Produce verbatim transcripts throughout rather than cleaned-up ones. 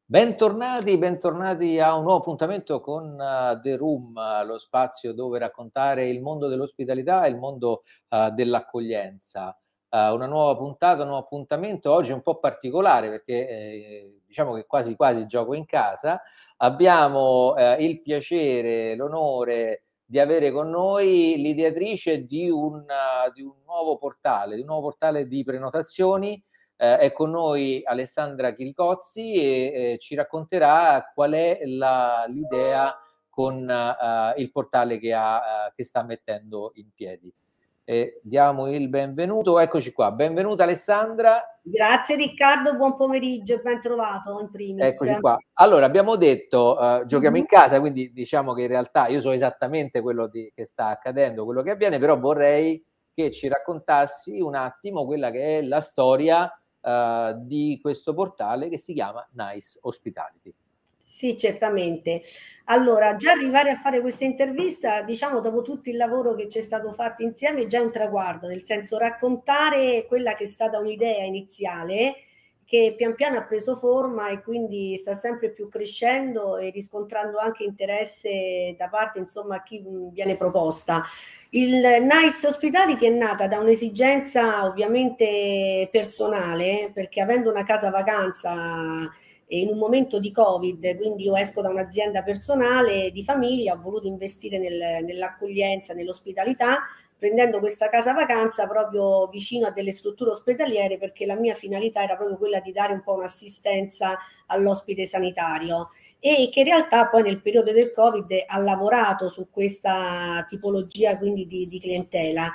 Bentornati, bentornati a un nuovo appuntamento con uh, The Room, uh, lo spazio dove raccontare il mondo dell'ospitalità e il mondo uh, dell'accoglienza. Uh, una nuova puntata, un nuovo appuntamento, oggi un po' particolare perché eh, diciamo che quasi quasi gioco in casa. Abbiamo eh, il piacere, l'onore di avere con noi l'ideatrice di un, uh, di un nuovo portale, di un nuovo portale di prenotazioni. Eh, è con noi Alessandra Chiricozzi e eh, ci racconterà qual è la, l'idea con eh, il portale che, ha, eh, che sta mettendo in piedi. E diamo il benvenuto, eccoci qua, benvenuta Alessandra. Grazie Riccardo, buon pomeriggio e ben trovato in primis. Eccoci qua. Allora, abbiamo detto, uh, giochiamo in Mm-hmm. casa, quindi diciamo che in realtà io so esattamente quello di, che sta accadendo, quello che avviene, però vorrei che ci raccontassi un attimo quella che è la storia uh, di questo portale che si chiama Nice Hospitality. Sì, certamente. Allora, già arrivare a fare questa intervista, diciamo, dopo tutto il lavoro che c'è stato fatto insieme, è già un traguardo, nel senso raccontare quella che è stata un'idea iniziale che pian piano ha preso forma e quindi sta sempre più crescendo e riscontrando anche interesse da parte, insomma, a chi viene proposta. Il Nice Hospitality è nata da un'esigenza ovviamente personale, perché avendo una casa vacanza in un momento di Covid, quindi io esco da un'azienda personale di famiglia, ho voluto investire nel, nell'accoglienza, nell'ospitalità, prendendo questa casa vacanza proprio vicino a delle strutture ospedaliere, perché la mia finalità era proprio quella di dare un po' un'assistenza all'ospite sanitario, e che in realtà poi nel periodo del Covid ha lavorato su questa tipologia quindi di, di clientela,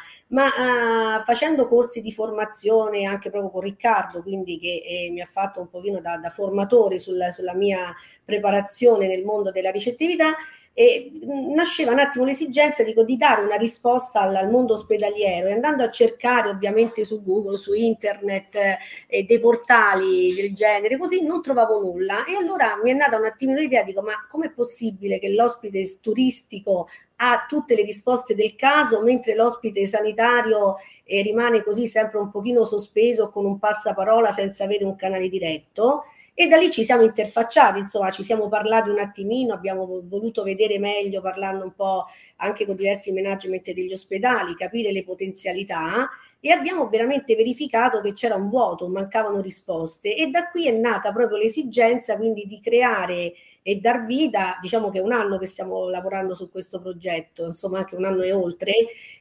ma uh, facendo corsi di formazione anche proprio con Riccardo, quindi che eh, mi ha fatto un pochino da, da formatore sulla, sulla mia preparazione nel mondo della ricettività. E nasceva un attimo l'esigenza dico, di dare una risposta al, al mondo ospedaliero, e andando a cercare ovviamente su Google, su internet, eh, dei portali del genere, così non trovavo nulla, e allora mi è nata un attimino l'idea, dico ma com'è possibile che l'ospite turistico ha tutte le risposte del caso, mentre l'ospite sanitario eh, rimane così sempre un pochino sospeso con un passaparola senza avere un canale diretto. E da lì ci siamo interfacciati, insomma, ci siamo parlati un attimino, abbiamo voluto vedere meglio, parlando un po' anche con diversi management degli ospedali, capire le potenzialità, e abbiamo veramente verificato che c'era un vuoto, mancavano risposte, e da qui è nata proprio l'esigenza quindi di creare e dar vita, diciamo che è un anno che stiamo lavorando su questo progetto, insomma anche un anno e oltre,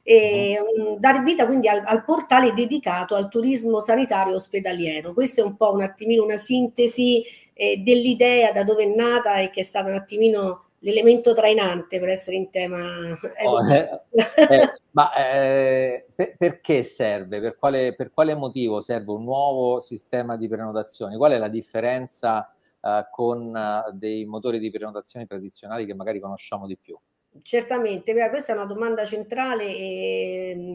e um, dar vita quindi al, al portale dedicato al turismo sanitario ospedaliero. Questo è un po' un attimino una sintesi eh, dell'idea, da dove è nata e che è stata un attimino l'elemento trainante per essere in tema. Oh, eh, eh, ma eh, per, perché serve? Per quale, per quale motivo serve un nuovo sistema di prenotazioni? Qual è la differenza eh, con eh, dei motori di prenotazione tradizionali che magari conosciamo di più? Certamente, questa è una domanda centrale e,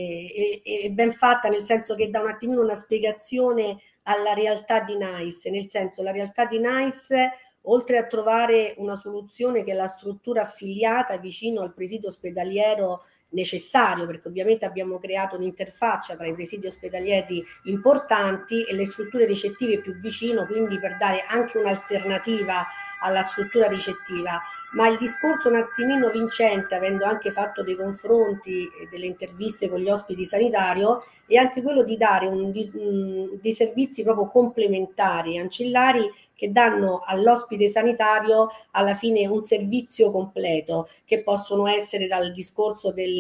e, e, e ben fatta, nel senso che dà un attimino una spiegazione alla realtà di Nice, nel senso la realtà di Nice, oltre a trovare una soluzione che è la struttura affiliata vicino al presidio ospedaliero necessario, perché ovviamente abbiamo creato un'interfaccia tra i presidi ospedalieri importanti e le strutture ricettive più vicino, quindi per dare anche un'alternativa alla struttura ricettiva. Ma il discorso un attimino vincente, avendo anche fatto dei confronti e delle interviste con gli ospiti sanitario, è anche quello di dare un, di, un, dei servizi proprio complementari, ancillari, che danno all'ospite sanitario alla fine un servizio completo, che possono essere dal discorso del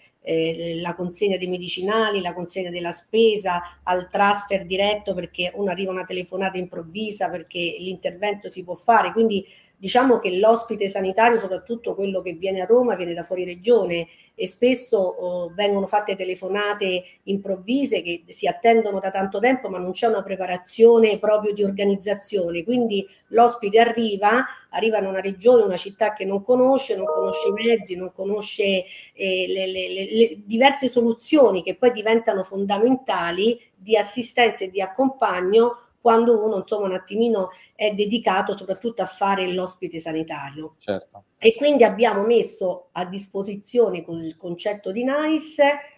eh, la consegna dei medicinali, la consegna della spesa, al transfer diretto perché uno arriva una telefonata improvvisa, perché l'intervento si può fare, quindi diciamo che l'ospite sanitario, soprattutto quello che viene a Roma, viene da fuori regione, e spesso oh, vengono fatte telefonate improvvise che si attendono da tanto tempo, ma non c'è una preparazione proprio di organizzazione, quindi l'ospite arriva, arriva in una regione, una città che non conosce, non conosce i mezzi, non conosce eh, le, le, le, le diverse soluzioni che poi diventano fondamentali di assistenza e di accompagno quando uno insomma un attimino è dedicato soprattutto a fare l'ospite sanitario. Certo. E quindi abbiamo messo a disposizione con il concetto di Nice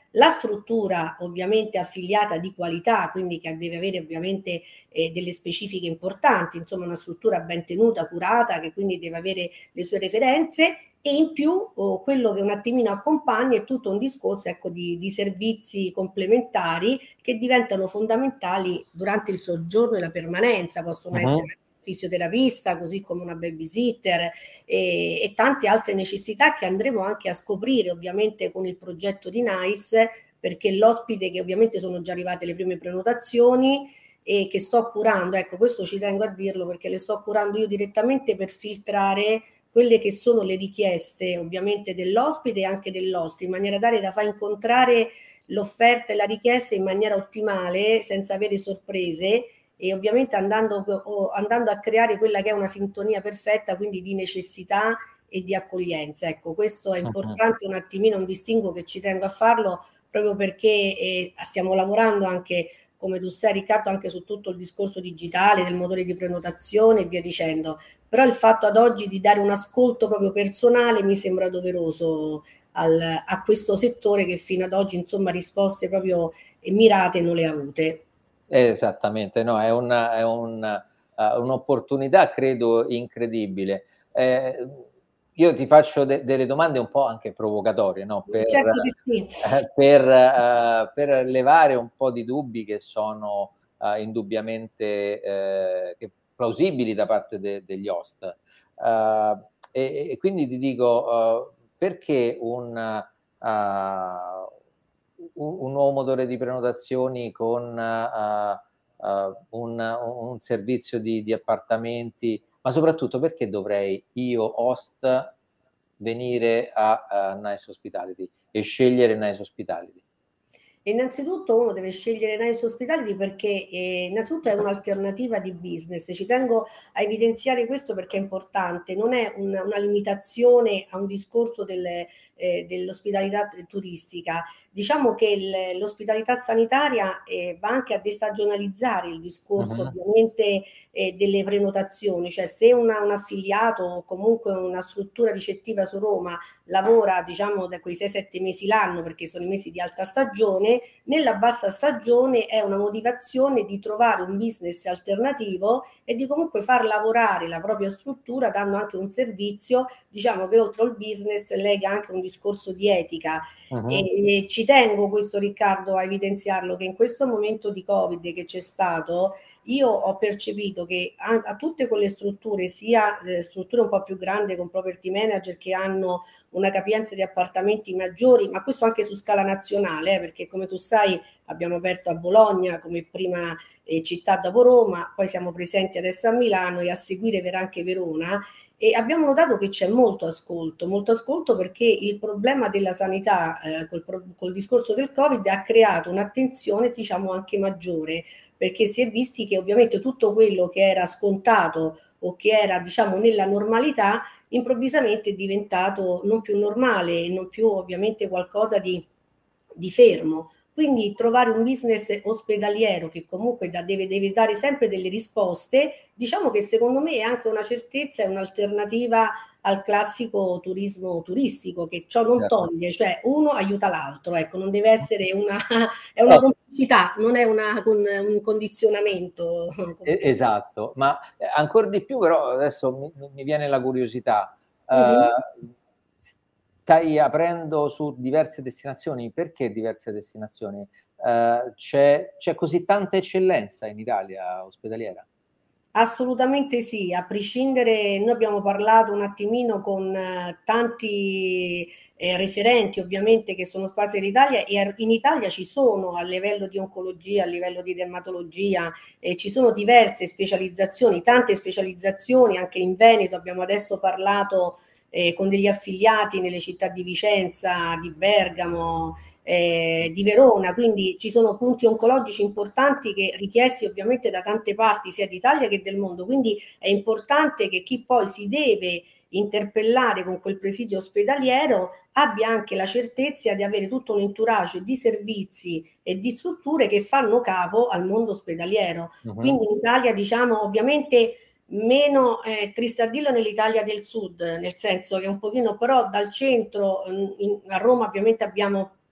la struttura ovviamente affiliata di qualità, quindi che deve avere ovviamente eh, delle specifiche importanti, insomma una struttura ben tenuta, curata, che quindi deve avere le sue referenze, e in più oh, quello che un attimino accompagna è tutto un discorso, ecco, di, di servizi complementari che diventano fondamentali durante il soggiorno e la permanenza. Possono uh-huh. essere fisioterapista, così come una babysitter e, e tante altre necessità che andremo anche a scoprire ovviamente con il progetto di NICE, perché l'ospite, che ovviamente sono già arrivate le prime prenotazioni e che sto curando, ecco, questo ci tengo a dirlo perché le sto curando io direttamente per filtrare quelle che sono le richieste ovviamente dell'ospite e anche dell'oste, in maniera tale da far incontrare l'offerta e la richiesta in maniera ottimale, senza avere sorprese, e ovviamente andando, andando a creare quella che è una sintonia perfetta, quindi di necessità e di accoglienza. Ecco, questo è importante, un attimino un distinguo che ci tengo a farlo, proprio perché eh, stiamo lavorando anche, come tu sai Riccardo, anche su tutto il discorso digitale, del motore di prenotazione e via dicendo, però il fatto ad oggi di dare un ascolto proprio personale mi sembra doveroso al, a questo settore che fino ad oggi insomma risposte proprio mirate non le ha avute. Esattamente, no, è, una, è un, uh, un'opportunità credo incredibile. Eh, io ti faccio de- delle domande un po' anche provocatorie, no? Per, certo che sì. eh, per, uh, per levare un po' di dubbi che sono uh, indubbiamente eh, che plausibili da parte de- degli host. Uh, e, e quindi ti dico, uh, perché un... Uh, un nuovo motore di prenotazioni con uh, uh, un, un servizio di, di appartamenti, ma soprattutto perché dovrei io host venire a, a Nice Hospitality e scegliere Nice Hospitality? Innanzitutto uno deve scegliere Nice Hospitality perché eh, innanzitutto è un'alternativa di business, ci tengo a evidenziare questo perché è importante, non è un, una limitazione a un discorso delle, eh, dell'ospitalità turistica. Diciamo che il, l'ospitalità sanitaria eh, va anche a destagionalizzare il discorso uh-huh. ovviamente eh, delle prenotazioni, cioè se una, un affiliato o comunque una struttura ricettiva su Roma lavora diciamo da quei sei sette mesi l'anno, perché sono i mesi di alta stagione, nella bassa stagione è una motivazione di trovare un business alternativo e di comunque far lavorare la propria struttura dando anche un servizio, diciamo che oltre al business lega anche un discorso di etica. Uh-huh. E, e ci tengo questo Riccardo a evidenziarlo, che in questo momento di Covid che c'è stato io ho percepito che a, a tutte quelle strutture, sia eh, strutture un po' più grandi con property manager che hanno una capienza di appartamenti maggiori, ma questo anche su scala nazionale, eh, perché come tu sai abbiamo aperto a Bologna come prima eh, città dopo Roma, poi siamo presenti adesso a Milano e a seguire per anche Verona, e abbiamo notato che c'è molto ascolto, molto ascolto perché il problema della sanità eh, col, col discorso del Covid ha creato un'attenzione diciamo anche maggiore, perché si è visti che ovviamente tutto quello che era scontato o che era diciamo nella normalità improvvisamente è diventato non più normale e non più ovviamente qualcosa di, di fermo. Quindi trovare un business ospedaliero che comunque da, deve, deve dare sempre delle risposte, diciamo che secondo me è anche una certezza, è un'alternativa al classico turismo turistico, che ciò non toglie, cioè uno aiuta l'altro, ecco, non deve essere una, è una complicità, non è una, con, un condizionamento. Esatto, ma ancora di più però adesso mi, mi viene la curiosità. Uh-huh. Uh, stai aprendo su diverse destinazioni, perché diverse destinazioni? Uh, c'è, c'è così tanta eccellenza in Italia ospedaliera? Assolutamente sì, a prescindere, noi abbiamo parlato un attimino con eh, tanti eh, referenti ovviamente che sono sparsi in Italia, e in Italia ci sono a livello di oncologia, a livello di dermatologia, eh, ci sono diverse specializzazioni, tante specializzazioni, anche in Veneto abbiamo adesso parlato eh, con degli affiliati nelle città di Vicenza, di Bergamo, eh, di Verona, quindi ci sono punti oncologici importanti che richiesti ovviamente da tante parti sia d'Italia che del mondo, quindi è importante che chi poi si deve interpellare con quel presidio ospedaliero abbia anche la certezza di avere tutto un entourage di servizi e di strutture che fanno capo al mondo ospedaliero. Uh-huh. Quindi in Italia diciamo ovviamente meno eh, triste a dirlo nell'Italia del sud, nel senso che un pochino però dal centro in, a Roma ovviamente abbiamo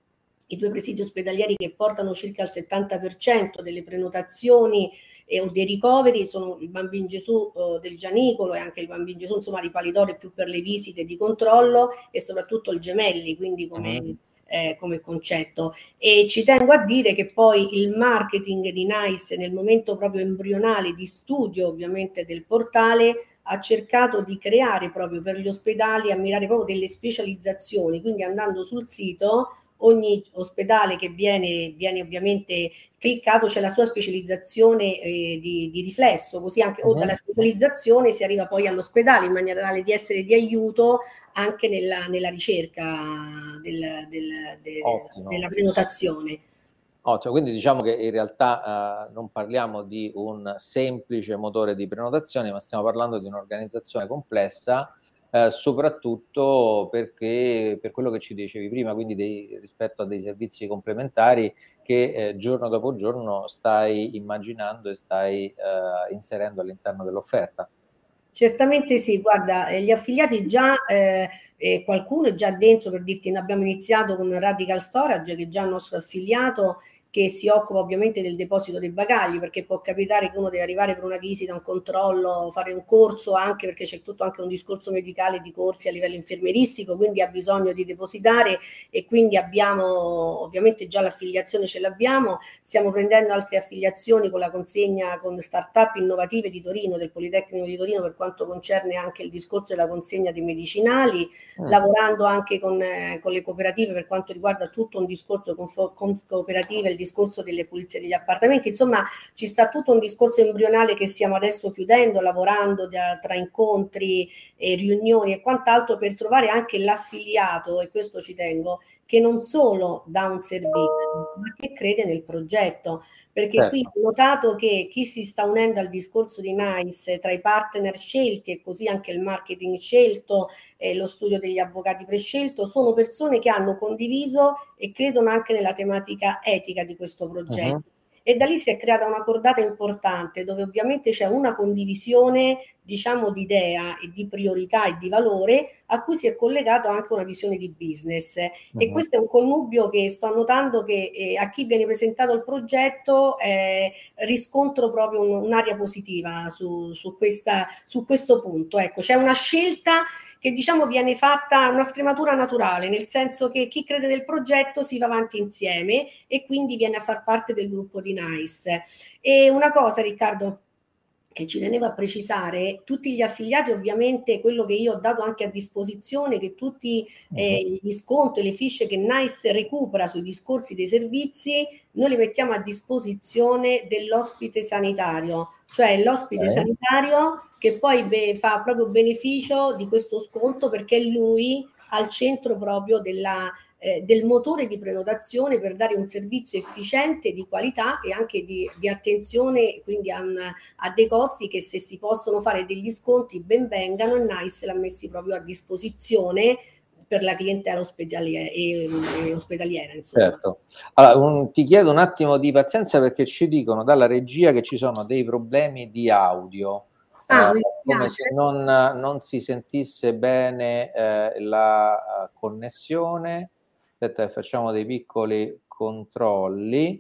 i due presidi ospedalieri che portano circa il settanta per cento delle prenotazioni e, o dei ricoveri sono il Bambino Gesù eh, del Gianicolo e anche il Bambino Gesù, insomma, di Palidoro più per le visite di controllo, e soprattutto il Gemelli, quindi come, uh-huh. eh, come concetto. E ci tengo a dire che poi il marketing di NICE nel momento proprio embrionale di studio ovviamente del portale ha cercato di creare proprio per gli ospedali, a mirare proprio delle specializzazioni, quindi andando sul sito ogni ospedale che viene, viene ovviamente cliccato c'è la sua specializzazione eh, di, di riflesso, così anche uh-huh. o dalla specializzazione si arriva poi all'ospedale in maniera tale di essere di aiuto anche nella, nella ricerca del, del, de, della prenotazione. Ottimo, quindi diciamo che in realtà eh, non parliamo di un semplice motore di prenotazione, ma stiamo parlando di un'organizzazione complessa, Eh, soprattutto perché per quello che ci dicevi prima, quindi dei, rispetto a dei servizi complementari che eh, giorno dopo giorno stai immaginando e stai eh, inserendo all'interno dell'offerta. Certamente sì, guarda, gli affiliati già, eh, eh, qualcuno è già dentro, per dirti, ne abbiamo iniziato con Radical Storage, che è già il nostro affiliato, che si occupa ovviamente del deposito dei bagagli, perché può capitare che uno deve arrivare per una visita, un controllo, fare un corso, anche perché c'è tutto anche un discorso medicale di corsi a livello infermieristico, quindi ha bisogno di depositare, e quindi abbiamo ovviamente già l'affiliazione, ce l'abbiamo, stiamo prendendo altre affiliazioni con la consegna con startup innovative di Torino, del Politecnico di Torino, per quanto concerne anche il discorso della consegna dei medicinali, mm. lavorando anche con, eh, con le cooperative per quanto riguarda tutto un discorso con, con cooperative, il discorso delle pulizie degli appartamenti. Insomma, ci sta tutto un discorso embrionale che stiamo adesso chiudendo, lavorando da, tra incontri e riunioni e quant'altro, per trovare anche l'affiliato, e questo ci tengo, che non solo dà un servizio, ma che crede nel progetto, perché certo. Qui ho notato che chi si sta unendo al discorso di NICE, tra i partner scelti e così anche il marketing scelto e lo studio degli avvocati prescelto, sono persone che hanno condiviso e credono anche nella tematica etica di questo progetto. Uh-huh. E da lì si è creata una cordata importante, dove ovviamente c'è una condivisione, diciamo, di idea e di priorità e di valore, a cui si è collegato anche una visione di business. Uh-huh. E questo è un connubio che sto notando che eh, a chi viene presentato il progetto eh, riscontro proprio un, un'aria positiva su, su, questa, su questo punto. Ecco, c'è una scelta che, diciamo, viene fatta, una scrematura naturale, nel senso che chi crede nel progetto si va avanti insieme e quindi viene a far parte del gruppo di NICE. E una cosa, Riccardo, che ci tenevo a precisare, tutti gli affiliati, ovviamente quello che io ho dato anche a disposizione, che tutti eh, gli sconti e le fiche che NICE recupera sui discorsi dei servizi, noi li mettiamo a disposizione dell'ospite sanitario, cioè l'ospite okay. sanitario che poi be- fa proprio beneficio di questo sconto, perché lui al centro proprio della Eh, del motore di prenotazione, per dare un servizio efficiente, di qualità e anche di, di attenzione, quindi a, a dei costi che, se si possono fare degli sconti, ben vengano, e NICE l'ha messi proprio a disposizione per la clientela ospedaliera, e, e ospedaliera insomma. Certo. Allora, un, ti chiedo un attimo di pazienza, perché ci dicono dalla regia che ci sono dei problemi di audio. Ah, eh, come se non, non si sentisse bene eh, la uh, connessione. Aspetta, facciamo dei piccoli controlli.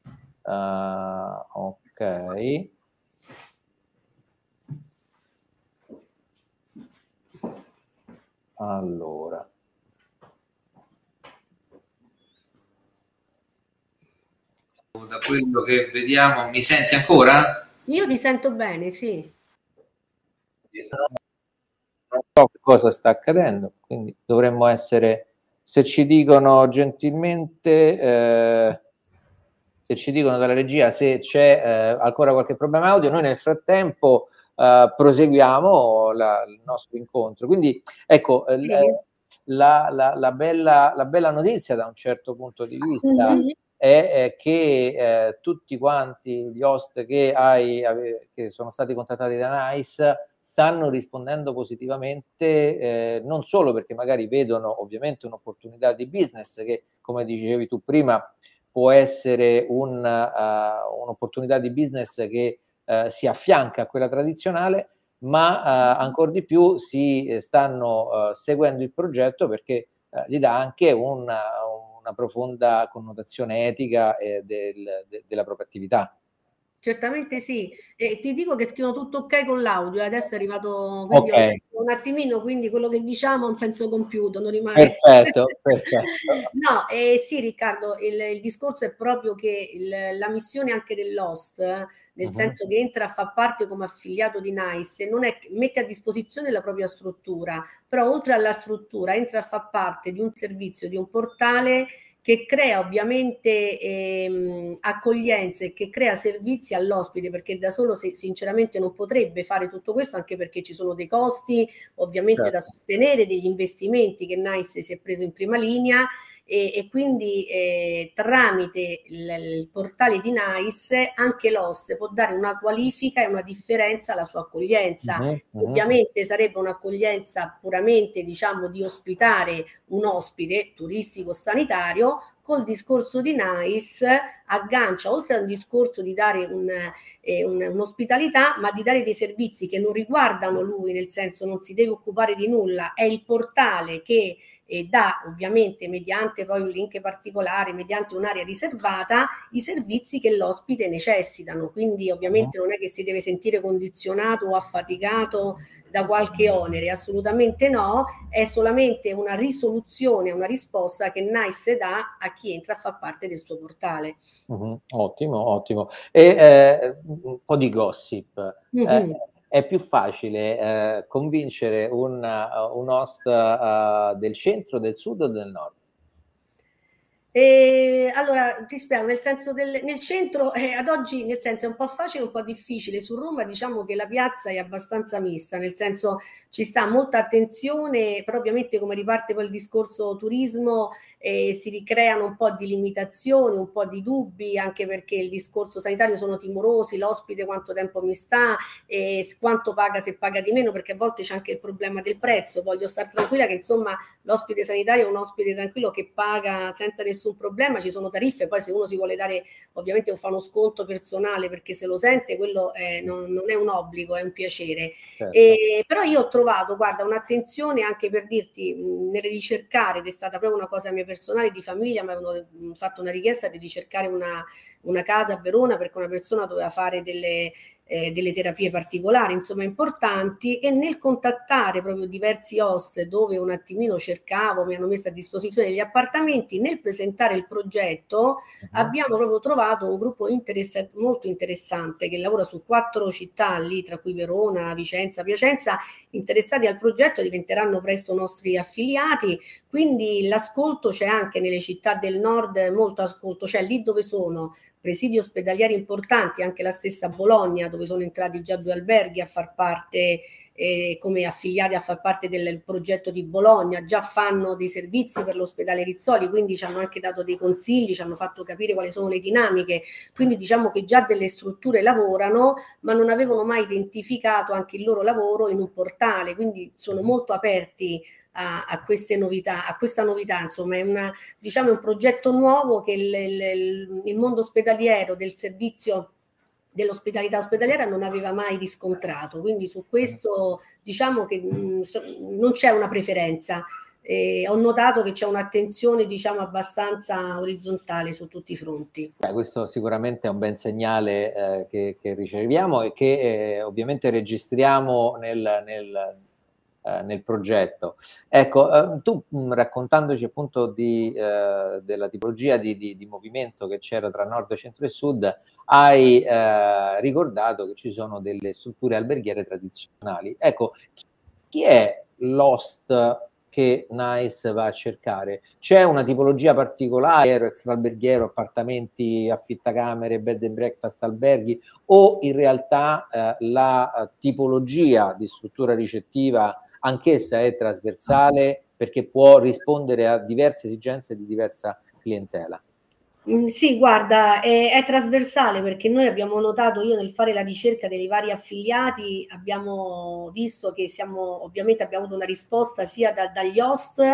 Uh, ok. Allora. Da quello che vediamo, mi senti ancora? Io ti sento bene, sì. Non so cosa sta accadendo, quindi dovremmo essere... Se ci dicono gentilmente, eh, se ci dicono dalla regia se c'è eh, ancora qualche problema audio, noi nel frattempo eh, proseguiamo la, il nostro incontro. Quindi ecco, sì. la, la, la, bella, la bella notizia da un certo punto di vista mm-hmm. è, è che eh, tutti quanti gli host che, hai, che sono stati contattati da NICE stanno rispondendo positivamente, eh, non solo perché magari vedono ovviamente un'opportunità di business che, come dicevi tu prima, può essere un, uh, un'opportunità di business che uh, si affianca a quella tradizionale, ma uh, ancora di più si stanno uh, seguendo il progetto perché uh, gli dà anche un, un una profonda connotazione etica eh, del, de, della propria attività. Certamente sì, e ti dico che scrivono tutto ok con l'audio, adesso è arrivato, quindi Okay. un attimino, quindi quello che diciamo ha un senso compiuto, non rimane. Perfetto, perfetto. No, eh, sì Riccardo, il, il discorso è proprio che il, la missione anche dell'host, nel Uh-huh. senso che entra a far parte come affiliato di NICE, non è, mette a disposizione la propria struttura, però oltre alla struttura entra a far parte di un servizio, di un portale che crea ovviamente ehm, accoglienza e che crea servizi all'ospite, perché da solo se, sinceramente non potrebbe fare tutto questo, anche perché ci sono dei costi ovviamente Certo. da sostenere, degli investimenti che NICE si è preso in prima linea, e, e quindi eh, tramite il, il portale di NICE anche l'host può dare una qualifica e una differenza alla sua accoglienza. Uh-huh, uh-huh. Ovviamente sarebbe un'accoglienza puramente, diciamo, di ospitare un ospite turistico sanitario. Col discorso di NICE aggancia, oltre a un discorso di dare un, eh, un, un'ospitalità, ma di dare dei servizi che non riguardano lui, nel senso non si deve occupare di nulla, è il portale che e dà ovviamente mediante poi un link particolare, mediante un'area riservata, i servizi che l'ospite necessitano. Quindi ovviamente non è che si deve sentire condizionato o affaticato da qualche onere, assolutamente no, è solamente una risoluzione, una risposta che NICE dà a chi entra a far parte del suo portale. Uh-huh. Ottimo, ottimo. E eh, un po' di gossip. Mm-hmm. Eh, è più facile eh, convincere un, uh, un host uh, del centro, del sud o del nord? E allora ti spiego, nel senso del nel centro eh, ad oggi, nel senso è un po' facile, un po' difficile. Su Roma diciamo che la piazza è abbastanza mista, nel senso ci sta molta attenzione, però ovviamente come riparte poi il discorso turismo eh, si ricreano un po' di limitazioni, un po' di dubbi, anche perché il discorso sanitario sono timorosi, l'ospite quanto tempo mi sta, eh, quanto paga, se paga di meno, perché a volte c'è anche il problema del prezzo. Voglio star tranquilla che insomma l'ospite sanitario è un ospite tranquillo che paga senza nessun problema. Ci sono tariffe, poi se uno si vuole dare ovviamente fa uno sconto personale perché se lo sente, quello eh, non, non è un obbligo, è un piacere. Certo. E, però io ho trovato, guarda, un'attenzione anche per dirti, mh, nel ricercare, ed è stata proprio una cosa mia personale di famiglia, mi avevano mh, fatto una richiesta di ricercare una, una casa a Verona perché una persona doveva fare delle Eh, delle terapie particolari, insomma importanti, e nel contattare proprio diversi host dove un attimino cercavo, mi hanno messo a disposizione degli appartamenti, nel presentare il progetto uh-huh. abbiamo proprio trovato un gruppo interessa- molto interessante che lavora su quattro città lì, tra cui Verona, Vicenza, Piacenza, interessati al progetto, diventeranno presto nostri affiliati, quindi l'ascolto c'è anche nelle città del nord, molto ascolto, cioè lì dove sono presidi ospedalieri importanti, anche la stessa Bologna, dove sono entrati già due alberghi a far parte, eh, come affiliati a far parte del progetto di Bologna, già fanno dei servizi per l'ospedale Rizzoli, quindi ci hanno anche dato dei consigli, ci hanno fatto capire quali sono le dinamiche, quindi diciamo che già delle strutture lavorano, ma non avevano mai identificato anche il loro lavoro in un portale, quindi sono molto aperti A, a queste novità, a questa novità, insomma è una, diciamo, un progetto nuovo che il, il, il mondo ospedaliero del servizio dell'ospitalità ospedaliera non aveva mai riscontrato, quindi su questo diciamo che mh, non c'è una preferenza. Eh, ho notato che c'è un'attenzione diciamo abbastanza orizzontale su tutti i fronti. Beh, questo sicuramente è un ben segnale eh, che, che riceviamo e che eh, ovviamente registriamo nel, nel Eh, nel progetto. Ecco, eh, tu mh, raccontandoci appunto di, eh, della tipologia di, di, di movimento che c'era tra nord, centro e sud, hai eh, ricordato che ci sono delle strutture alberghiere tradizionali. Ecco, chi, chi è l'host che NICE va a cercare? C'è una tipologia particolare, extraalberghiero, appartamenti, affittacamere, bed and breakfast, alberghi, o in realtà eh, la uh, tipologia di struttura ricettiva anch'essa è trasversale perché può rispondere a diverse esigenze di diversa clientela? Mm, sì, guarda, è, è trasversale perché noi abbiamo notato, io nel fare la ricerca dei vari affiliati, abbiamo visto che siamo, ovviamente abbiamo avuto una risposta sia da, dagli host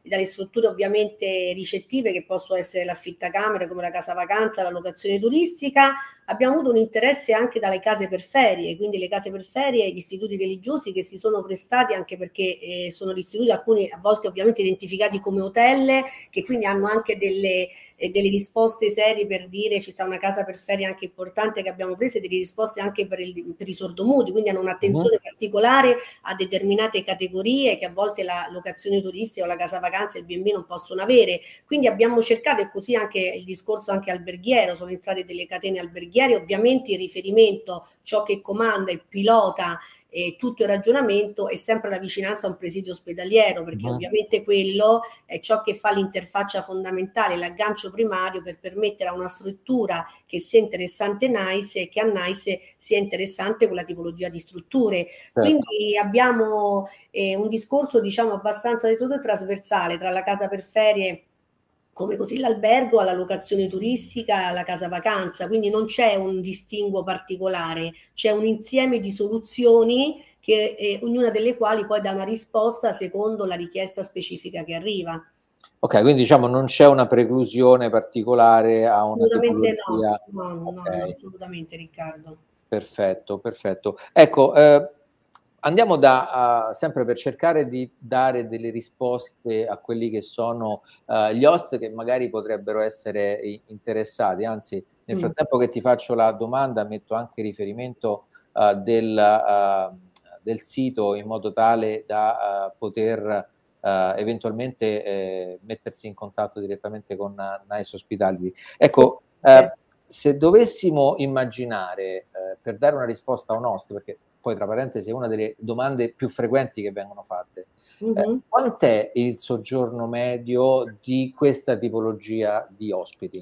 dalle strutture ovviamente ricettive che possono essere l'affittacamere come la casa vacanza, la locazione turistica. Abbiamo avuto un interesse anche dalle case per ferie, quindi le case per ferie e gli istituti religiosi che si sono prestati, anche perché eh, sono gli istituti, alcuni a volte ovviamente identificati come hotel, che quindi hanno anche delle, eh, delle risposte serie per dire ci sta una casa per ferie anche importante che abbiamo preso, e delle risposte anche per, il, per i sordomuti, quindi hanno un'attenzione uh-huh. particolare a determinate categorie che a volte la locazione turistica o la casa vacanza e il B and B non possono avere. Quindi abbiamo cercato, e così anche il discorso anche alberghiero, sono entrate delle catene alberghiere, ovviamente il riferimento, ciò che comanda e pilota eh, tutto il ragionamento è sempre la vicinanza a un presidio ospedaliero, perché uh-huh. ovviamente quello è ciò che fa l'interfaccia fondamentale, l'aggancio primario per permettere a una struttura che sia interessante NICE e che a NICE sia interessante quella tipologia di strutture. Certo. Quindi abbiamo eh, un discorso diciamo abbastanza di tutto trasversale tra la casa per ferie come così l'albergo, alla locazione turistica, alla casa vacanza, quindi non c'è un distinguo particolare, c'è un insieme di soluzioni che eh, ognuna delle quali poi dà una risposta secondo la richiesta specifica che arriva. Ok, quindi diciamo non c'è una preclusione particolare a una assolutamente tipologia. No, no, okay. no, no, assolutamente Riccardo. Perfetto, perfetto. Ecco, eh, andiamo da, uh, sempre per cercare di dare delle risposte a quelli che sono uh, gli host che magari potrebbero essere interessati, anzi nel frattempo mm. che ti faccio la domanda metto anche riferimento uh, del, uh, del sito in modo tale da uh, poter uh, eventualmente eh, mettersi in contatto direttamente con uh, NICE Hospitality. Ecco, uh, se dovessimo immaginare, eh, per dare una risposta a un host, perché poi tra parentesi è una delle domande più frequenti che vengono fatte, mm-hmm. eh, quant'è il soggiorno medio di questa tipologia di ospiti?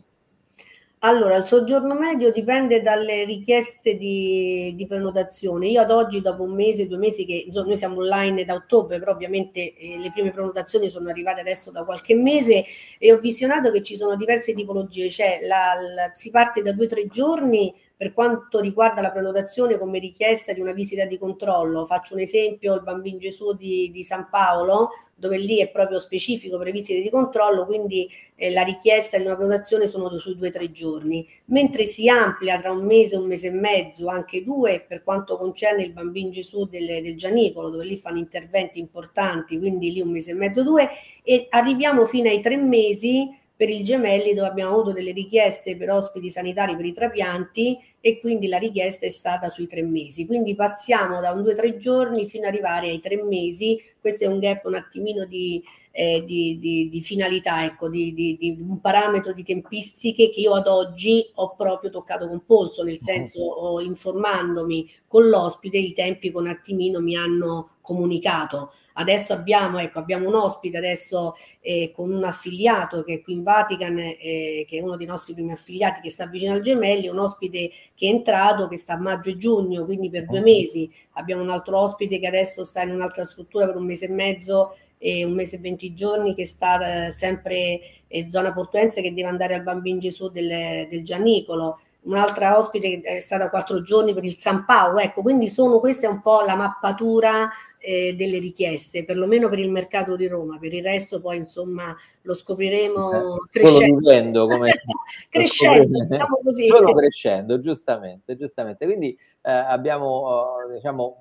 Allora, il soggiorno medio dipende dalle richieste di, di prenotazione. Io ad oggi, dopo un mese, due mesi, che insomma, noi siamo online da ottobre, però ovviamente eh, le prime prenotazioni sono arrivate adesso da qualche mese, e ho visionato che ci sono diverse tipologie. Cioè, la, la, si parte da due o tre giorni per quanto riguarda la prenotazione come richiesta di una visita di controllo. Faccio un esempio, il Bambino Gesù di, di San Paolo, dove lì è proprio specifico per visite di controllo, quindi eh, la richiesta di una prenotazione sono sui due o tre giorni, mentre si amplia tra un mese, un mese e mezzo, anche due, per quanto concerne il Bambino Gesù del, del Gianicolo, dove lì fanno interventi importanti, quindi lì un mese e mezzo, due, e arriviamo fino ai tre mesi per il Gemelli, dove abbiamo avuto delle richieste per ospiti sanitari per i trapianti, e quindi la richiesta è stata sui tre mesi. Quindi passiamo da un due o tre giorni fino ad arrivare ai tre mesi. Questo è un gap un attimino di, eh, di, di, di finalità, ecco, di, di, di un parametro di tempistiche che io ad oggi ho proprio toccato con polso, nel senso, oh, informandomi con l'ospite, i tempi con un attimino mi hanno comunicato. Adesso abbiamo, ecco, abbiamo un ospite adesso eh, con un affiliato che è qui in Vatican, eh, che è uno dei nostri primi affiliati, che sta vicino al Gemelli, un ospite che è entrato, che sta a maggio e giugno, quindi per due mesi. Abbiamo un altro ospite che adesso sta in un'altra struttura per un mese e mezzo e un mese e venti giorni, che sta eh, sempre in zona portuense, che deve andare al Bambino Gesù del, del Gianicolo. Un'altra ospite che è stata quattro giorni per il San Paolo. Ecco, quindi sono, questa è un po' la mappatura eh, delle richieste, perlomeno per il mercato di Roma. Per il resto poi insomma lo scopriremo eh, crescendo. Vivendo, come crescendo, diciamo così. Solo crescendo, giustamente, giustamente. Quindi eh, abbiamo, uh, diciamo,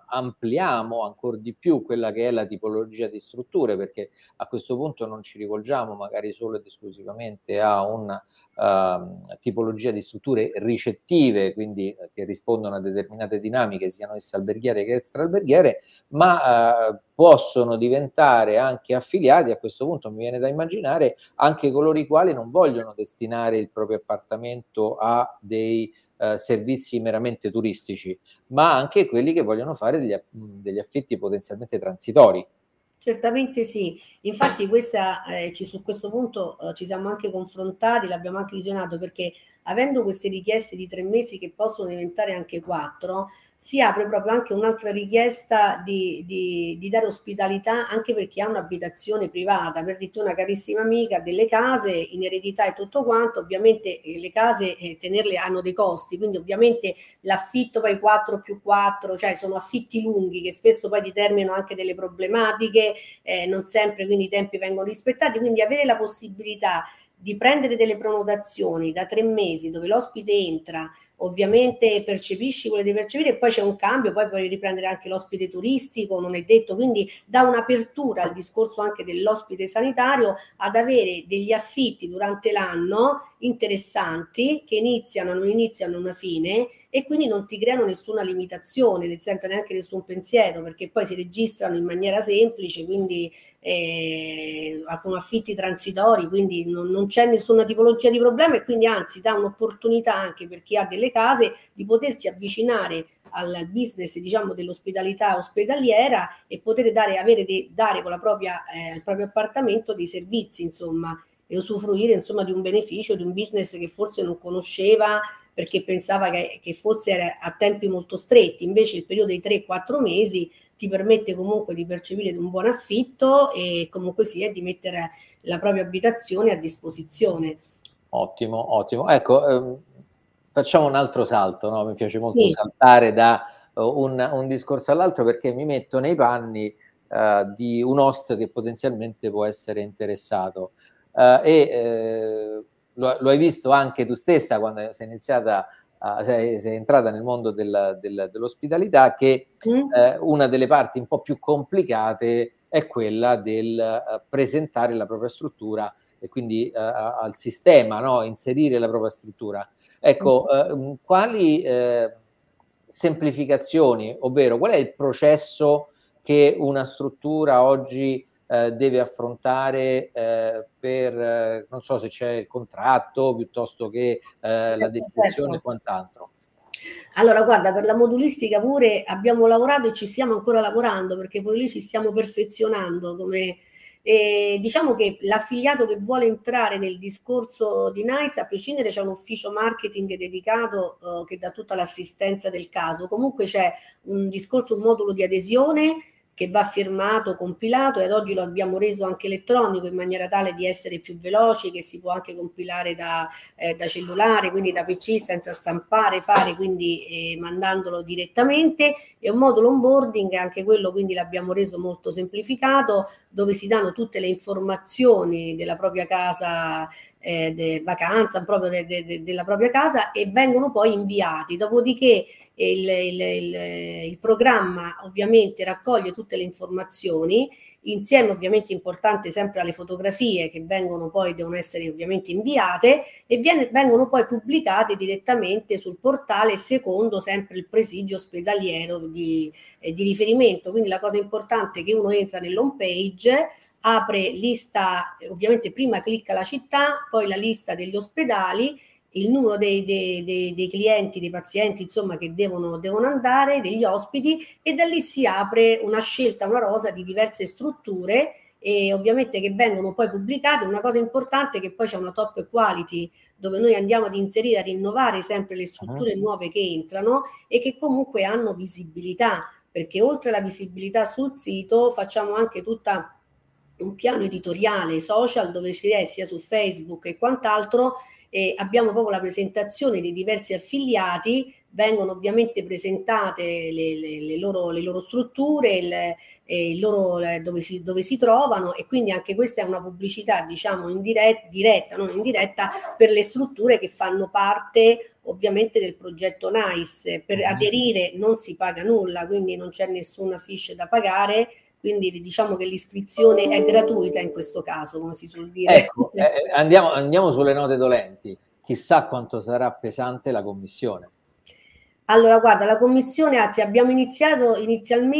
ampliamo ancora di più quella che è la tipologia di strutture, perché a questo punto non ci rivolgiamo magari solo ed esclusivamente a una uh, tipologia di strutture ricettive, quindi uh, che rispondono a determinate dinamiche, siano esse alberghiere che extraalberghiere, ma uh, possono diventare anche affiliati. A questo punto mi viene da immaginare anche coloro i quali non vogliono destinare il proprio appartamento a dei Uh, servizi meramente turistici, ma anche quelli che vogliono fare degli, degli affitti potenzialmente transitori. Certamente sì, infatti questa, eh, ci, su questo punto eh, ci siamo anche confrontati, l'abbiamo anche visionato, perché avendo queste richieste di tre mesi che possono diventare anche quattro, si apre proprio anche un'altra richiesta di, di, di dare ospitalità anche per chi ha un'abitazione privata. Per dirti, una carissima amica ha delle case in eredità e tutto quanto, ovviamente eh, le case eh, tenerle hanno dei costi, quindi ovviamente l'affitto poi quattro più quattro, cioè sono affitti lunghi che spesso poi determinano anche delle problematiche, eh, non sempre quindi i tempi vengono rispettati, quindi avere la possibilità di prendere delle prenotazioni da tre mesi dove l'ospite entra, ovviamente percepisci quello che devi percepire e poi c'è un cambio, poi puoi riprendere anche l'ospite turistico, non è detto, quindi dà un'apertura al discorso anche dell'ospite sanitario ad avere degli affitti durante l'anno interessanti che iniziano, non iniziano una fine e quindi non ti creano nessuna limitazione, nel senso neanche nessun pensiero, perché poi si registrano in maniera semplice, quindi eh, con affitti transitori, quindi non, non c'è nessuna tipologia di problema e quindi anzi dà un'opportunità anche per chi ha delle case di potersi avvicinare al business, diciamo, dell'ospitalità ospedaliera e poter dare, avere de, dare con la propria, eh, il proprio appartamento dei servizi, insomma, e usufruire insomma di un beneficio, di un business che forse non conosceva perché pensava che, che fosse a tempi molto stretti. Invece il periodo dei tre quattro mesi ti permette comunque di percepire un buon affitto e comunque sia di mettere la propria abitazione a disposizione. Ottimo, ottimo. Ecco, ehm, facciamo un altro salto, no? Mi piace molto Sì. saltare da uh, un, un discorso all'altro perché mi metto nei panni uh, di un host che potenzialmente può essere interessato. Uh, e eh, lo, lo hai visto anche tu stessa quando sei iniziata, uh, sei, sei entrata nel mondo del, del, dell'ospitalità, che mm. eh, una delle parti un po' più complicate è quella del uh, presentare la propria struttura e quindi uh, al sistema, no? Inserire la propria struttura. Ecco, uh, quali uh, semplificazioni, ovvero qual è il processo che una struttura oggi eh, deve affrontare eh, per, eh, non so se c'è il contratto piuttosto che eh, la descrizione e quant'altro. Allora, guarda, per la modulistica pure abbiamo lavorato e ci stiamo ancora lavorando perché pure lì ci stiamo perfezionando come... E diciamo che l'affiliato che vuole entrare nel discorso di NICE, a prescindere c'è un ufficio marketing dedicato uh, che dà tutta l'assistenza del caso, comunque c'è un discorso, un modulo di adesione che va firmato, compilato e ad oggi lo abbiamo reso anche elettronico in maniera tale di essere più veloci, che si può anche compilare da, eh, da cellulare, quindi da P C senza stampare, fare, quindi eh, mandandolo direttamente, e un modulo onboarding, anche quello quindi l'abbiamo reso molto semplificato, dove si danno tutte le informazioni della propria casa, eh, de vacanza, proprio de, de, de, della propria casa, e vengono poi inviati, dopodiché Il, il, il, il programma ovviamente raccoglie tutte le informazioni insieme, ovviamente importante sempre alle fotografie che vengono poi, devono essere ovviamente inviate e viene, vengono poi pubblicate direttamente sul portale secondo sempre il presidio ospedaliero di, eh, di riferimento. Quindi la cosa importante è che uno entra nell'home page, apre lista, ovviamente prima clicca la città, poi la lista degli ospedali, il numero dei, dei, dei, dei clienti, dei pazienti, insomma, che devono, devono andare, degli ospiti, e da lì si apre una scelta, una rosa di diverse strutture e ovviamente che vengono poi pubblicate. Una cosa importante è che poi c'è una top quality dove noi andiamo ad inserire, a rinnovare sempre le strutture uh-huh. nuove che entrano e che comunque hanno visibilità, perché oltre alla visibilità sul sito facciamo anche tutta un piano editoriale social dove si è sia su Facebook e quant'altro, e abbiamo proprio la presentazione dei diversi affiliati, vengono ovviamente presentate le, le, le, loro, le loro strutture, il, il loro, dove, si, dove si trovano, e quindi anche questa è una pubblicità, diciamo, indiretta, diretta, non indiretta, per le strutture che fanno parte ovviamente del progetto NICE. Per aderire non si paga nulla, quindi non c'è nessuna fiche da pagare, quindi diciamo che l'iscrizione è gratuita in questo caso, come si suol dire. Ecco, eh, andiamo, andiamo sulle note dolenti. Chissà quanto sarà pesante la commissione. Allora, guarda, la commissione, anzi, abbiamo iniziato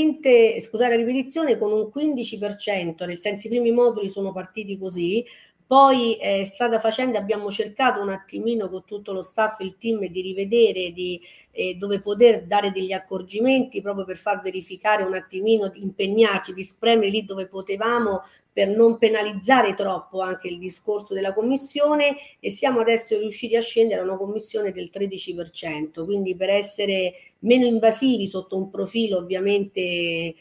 inizialmente, scusate la ripetizione, con un quindici per cento, nel senso i primi moduli sono partiti così, Poi eh, strada facendo abbiamo cercato un attimino con tutto lo staff e il team di rivedere di, eh, dove poter dare degli accorgimenti proprio per far verificare un attimino, di impegnarci, di spremere lì dove potevamo per non penalizzare troppo anche il discorso della commissione, e siamo adesso riusciti a scendere a una commissione del tredici per cento, quindi per essere meno invasivi sotto un profilo ovviamente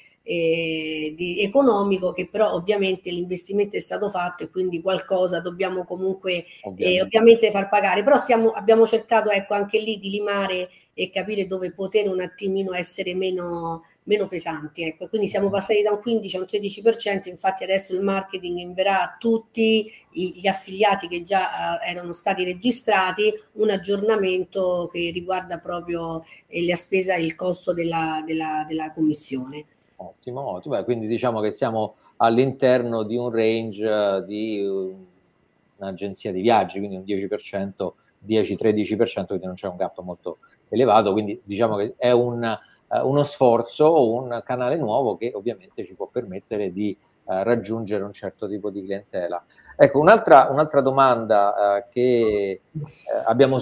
Eh, di economico, che però ovviamente l'investimento è stato fatto e quindi qualcosa dobbiamo comunque ovviamente, eh, ovviamente far pagare, però siamo, abbiamo cercato ecco anche lì di limare e capire dove poter un attimino essere meno, meno pesanti, ecco. Quindi siamo passati da un quindici a un tredici per cento, infatti adesso il marketing invierà a tutti gli affiliati che già eh, erano stati registrati un aggiornamento che riguarda proprio eh, la spesa e il costo della, della, della commissione. Ottimo, ottimo. Quindi diciamo che siamo all'interno di un range di un'agenzia di viaggi, quindi un dieci per cento, dieci tredici per cento, quindi non c'è un gap molto elevato, quindi diciamo che è un, uh, uno sforzo, un canale nuovo che ovviamente ci può permettere di uh, raggiungere un certo tipo di clientela. Ecco, un'altra, un'altra domanda uh, che uh, abbiamo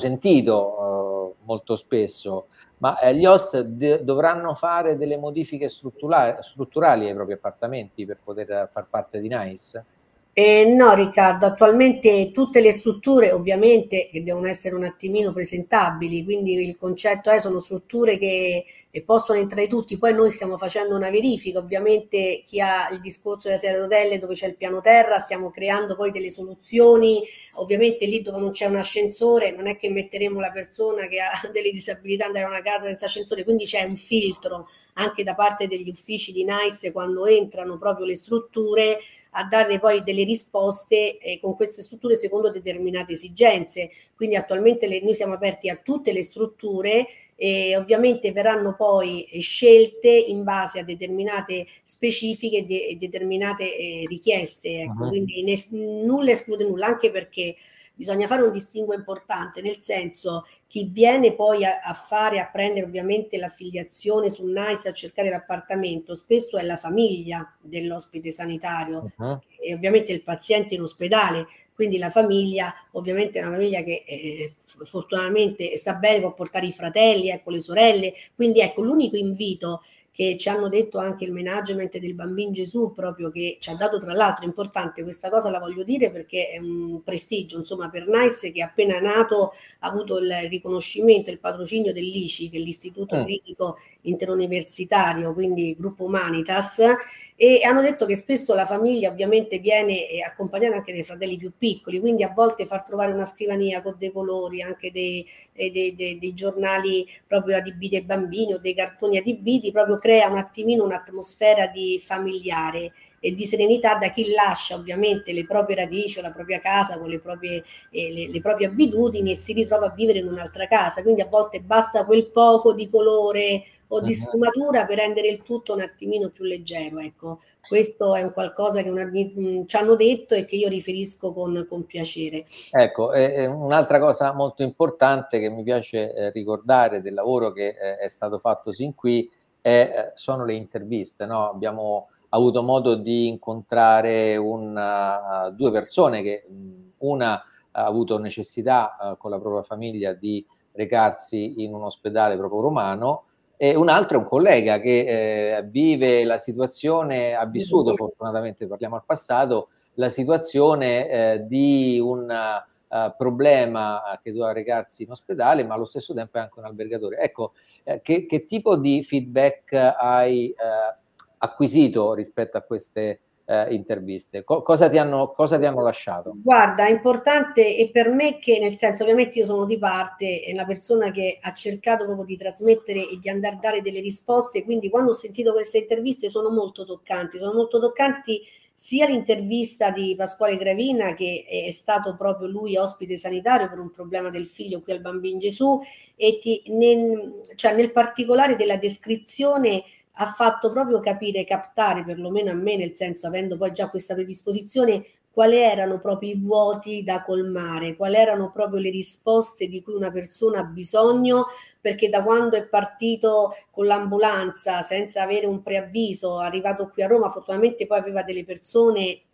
sentito uh, molto spesso: ma eh, gli host de- dovranno fare delle modifiche strutturali, strutturali ai propri appartamenti per poter far parte di NICE? Eh, no Riccardo, attualmente tutte le strutture ovviamente che devono essere un attimino presentabili, quindi il concetto è sono strutture che eh, possono entrare tutti, poi noi stiamo facendo una verifica, ovviamente chi ha il discorso della serie a rotelle dove c'è il piano terra, stiamo creando poi delle soluzioni, ovviamente lì dove non c'è un ascensore non è che metteremo la persona che ha delle disabilità andare a una casa senza ascensore, quindi c'è un filtro anche da parte degli uffici di NICE quando entrano proprio le strutture a dare poi delle risposte eh, con queste strutture secondo determinate esigenze. Quindi attualmente le, noi siamo aperti a tutte le strutture e ovviamente verranno poi eh, scelte in base a determinate specifiche e de, determinate eh, richieste. Ecco. Uh-huh. Quindi ne, nulla esclude nulla, anche perché bisogna fare un distinguo importante, nel senso chi viene poi a, a fare, a prendere ovviamente l'affiliazione su NICE, a cercare l'appartamento, spesso è la famiglia dell'ospite sanitario, uh-huh. e ovviamente il paziente in ospedale, quindi la famiglia, ovviamente è una famiglia che eh, fortunatamente sta bene, può portare i fratelli, ecco, le sorelle, quindi ecco l'unico invito che ci hanno detto anche il management del Bambin Gesù, proprio che ci ha dato tra l'altro, importante questa cosa, la voglio dire perché è un prestigio insomma per NICE, che appena nato ha avuto il riconoscimento, il patrocinio dell'I C I, che è l'Istituto mm. Clinico Interuniversitario, quindi Gruppo Humanitas, e hanno detto che spesso la famiglia ovviamente viene accompagnata anche dai fratelli più piccoli, quindi a volte far trovare una scrivania con dei colori, anche dei, dei, dei, dei giornali proprio adibiti ai bambini o dei cartoni adibiti, proprio crea un attimino un'atmosfera di familiare e di serenità da chi lascia ovviamente le proprie radici o la propria casa con le proprie, eh, le, le proprie abitudini e si ritrova a vivere in un'altra casa, quindi a volte basta quel poco di colore o di sfumatura per rendere il tutto un attimino più leggero, ecco. Questo è un qualcosa che una, mh, ci hanno detto e che io riferisco con, con piacere. Ecco, eh, un'altra cosa molto importante che mi piace eh, ricordare del lavoro che eh, è stato fatto sin qui è, eh, sono le interviste, no? Abbiamo avuto modo di incontrare una, due persone che mh, una ha avuto necessità uh, con la propria famiglia di recarsi in un ospedale proprio romano, e un altro è un collega che eh, vive la situazione, ha vissuto fortunatamente, parliamo al passato, la situazione eh, di un uh, problema che doveva recarsi in ospedale, ma allo stesso tempo è anche un albergatore. Ecco, eh, che, che tipo di feedback hai eh, acquisito rispetto a queste eh, interviste? Co- cosa, ti hanno, cosa ti hanno lasciato? Guarda, è importante, e per me che, nel senso, ovviamente io sono di parte, è una persona che ha cercato proprio di trasmettere e di andare a dare delle risposte, quindi quando ho sentito queste interviste sono molto toccanti, sono molto toccanti sia l'intervista di Pasquale Gravina, che è stato proprio lui ospite sanitario per un problema del figlio qui al Bambin Gesù, e ti, nel, cioè nel particolare della descrizione ha fatto proprio capire, captare perlomeno a me, nel senso avendo poi già questa predisposizione, quali erano proprio i vuoti da colmare, quali erano proprio le risposte di cui una persona ha bisogno, perché da quando è partito con l'ambulanza senza avere un preavviso, arrivato qui a Roma, fortunatamente poi aveva delle persone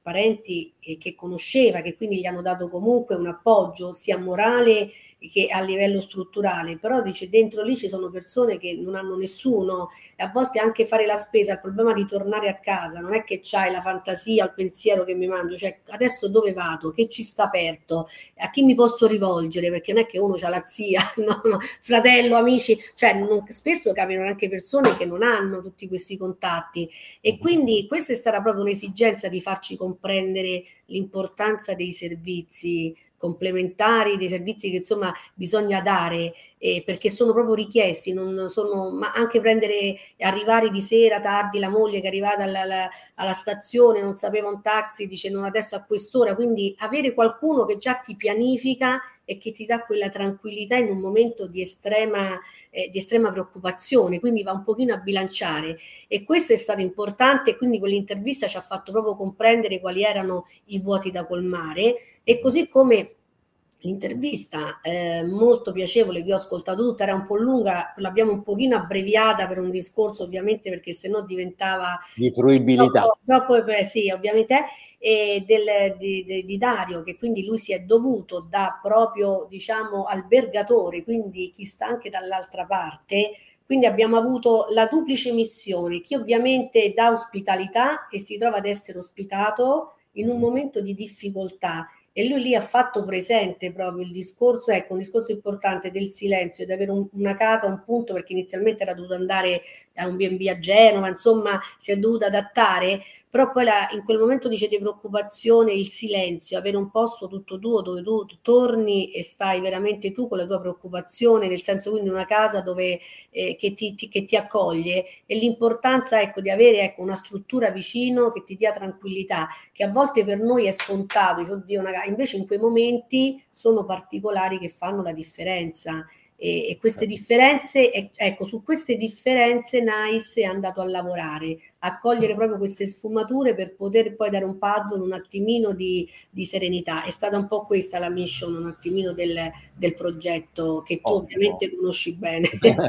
parenti eh, che conosceva, che quindi gli hanno dato comunque un appoggio sia morale che a livello strutturale, però dice dentro lì ci sono persone che non hanno nessuno, e a volte anche fare la spesa, il problema di tornare a casa, non è che c'hai la fantasia, il pensiero che mi mangio, cioè adesso dove vado, che ci sta aperto, a chi mi posso rivolgere, perché non è che uno c'ha la zia, no, no, fratello, amici, cioè non, spesso capitano anche persone che non hanno tutti questi contatti, e quindi questa è stata proprio un'esigenza di farci comprendere l'importanza dei servizi complementari, dei servizi che insomma bisogna dare, eh, perché sono proprio richiesti, non sono, ma anche prendere, arrivare di sera tardi, la moglie che è arrivata alla, alla, alla stazione, non sapeva un taxi, dice non adesso a quest'ora, quindi avere qualcuno che già ti pianifica e che ti dà quella tranquillità in un momento di estrema, eh, di estrema preoccupazione, quindi va un pochino a bilanciare, e questo è stato importante, quindi quell'intervista ci ha fatto proprio comprendere quali erano i vuoti da colmare, e così come l'intervista eh, molto piacevole che ho ascoltato tutta, era un po' lunga, l'abbiamo un pochino abbreviata per un discorso ovviamente perché sennò diventava di fruibilità. Troppo, troppo eh, sì, ovviamente, e del, di, di, di Dario, che quindi lui si è dovuto da proprio diciamo albergatore, quindi chi sta anche dall'altra parte, quindi abbiamo avuto la duplice missione, chi ovviamente dà ospitalità e si trova ad essere ospitato in un momento di difficoltà, e lui lì ha fatto presente proprio il discorso, ecco, un discorso importante del silenzio, di avere un, una casa, un punto, perché inizialmente era dovuto andare a un B and B a Genova, insomma si è dovuto adattare, però poi la, in quel momento dice di preoccupazione il silenzio, avere un posto tutto tuo dove tu torni e stai veramente tu con la tua preoccupazione, nel senso quindi una casa dove eh, che, ti, ti, che ti accoglie, e l'importanza ecco di avere ecco, una struttura vicino che ti dia tranquillità, che a volte per noi è scontato, dice, oddio, una, invece in quei momenti sono particolari che fanno la differenza, e, e queste differenze, ecco, su queste differenze Nice è andato a lavorare, a cogliere proprio queste sfumature per poter poi dare un puzzle un attimino di, di serenità. È stata un po' questa la mission un attimino del, del progetto che tu Ottimo. ovviamente conosci bene.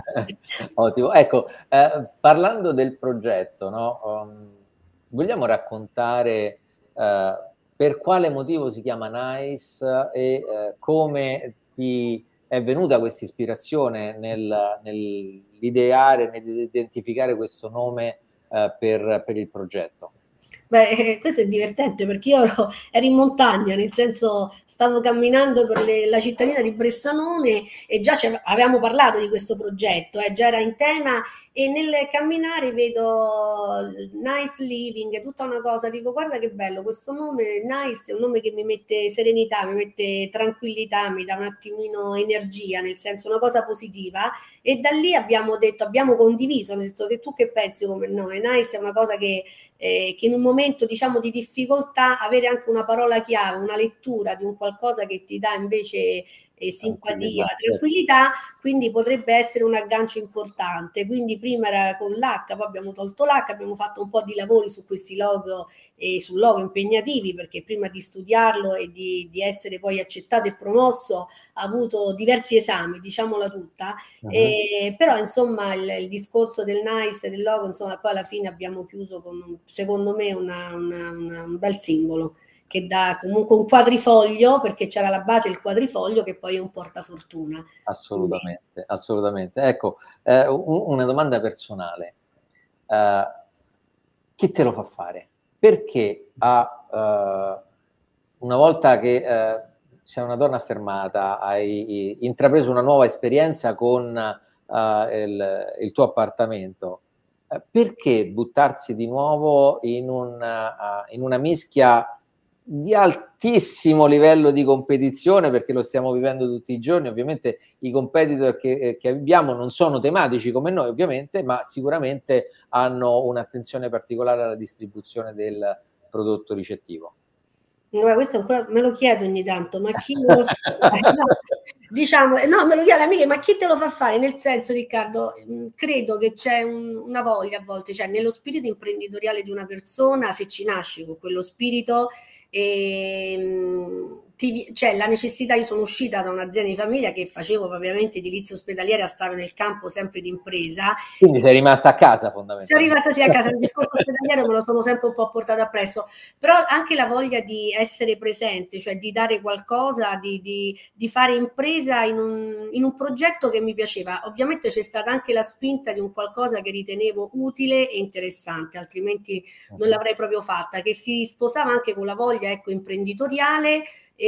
Ottimo, ecco, eh, parlando del progetto, no, um, vogliamo raccontare uh, per quale motivo si chiama Nice e uh, come ti è venuta questa ispirazione nel, nell'ideare, nell'identificare questo nome uh, per, per il progetto? Beh, questo è divertente perché io ero, ero in montagna, nel senso stavo camminando per le, la cittadina di Bressanone e già avevamo parlato di questo progetto, eh, già era in tema, e nel camminare vedo Nice Living, tutta una cosa, dico guarda che bello questo nome, Nice è un nome che mi mette serenità, mi mette tranquillità, mi dà un attimino energia, nel senso una cosa positiva, e da lì abbiamo detto, abbiamo condiviso, nel senso che tu che pensi come nome, Nice è una cosa che Eh, che in un momento diciamo di difficoltà avere anche una parola chiave, una lettura di un qualcosa che ti dà invece eh, simpatia, tranquillità, quindi potrebbe essere un aggancio importante. Quindi prima era con l'H, poi abbiamo tolto l'H, abbiamo fatto un po' di lavori su questi logo e sul logo impegnativi, perché prima di studiarlo e di, di essere poi accettato e promosso ha avuto diversi esami, diciamola tutta. Uh-huh. E, però insomma il, il discorso del Nice, del logo, insomma poi alla fine abbiamo chiuso con secondo me una, una, una, un bel simbolo che dà comunque un quadrifoglio, perché c'era la base il quadrifoglio che poi è un portafortuna. Assolutamente, quindi... assolutamente. Ecco, eh, un, una domanda personale. Uh, chi te lo fa fare? Perché ha, uh, una volta che uh, sei una donna affermata, hai intrapreso una nuova esperienza con uh, il, il tuo appartamento, uh, perché buttarsi di nuovo in, un, uh, in una mischia di altissimo livello di competizione, perché lo stiamo vivendo tutti i giorni? Ovviamente i competitor che, che abbiamo non sono tematici come noi ovviamente, ma sicuramente hanno un'attenzione particolare alla distribuzione del prodotto ricettivo. No, questo ancora me lo chiedo ogni tanto, ma chi me lo fa? No, Diciamo, no, me lo chiedo amiche, ma chi te lo fa fare? Nel senso, Riccardo, credo che c'è un, una voglia a volte, cioè nello spirito imprenditoriale di una persona, se ci nasci con quello spirito, e, ti, cioè la necessità, io sono uscita da un'azienda di famiglia che facevo ovviamente edilizia ospedaliera, stavo nel campo sempre di impresa. Quindi sei rimasta a casa fondamentalmente. Sono rimasta sì a casa, il discorso ospedaliero me lo sono sempre un po' portato appresso, però anche la voglia di essere presente, cioè di dare qualcosa, di, di, di fare impresa in un, in un progetto che mi piaceva. Ovviamente c'è stata anche la spinta di un qualcosa che ritenevo utile e interessante, altrimenti non l'avrei proprio fatta, che si sposava anche con la voglia, ecco, imprenditoriale.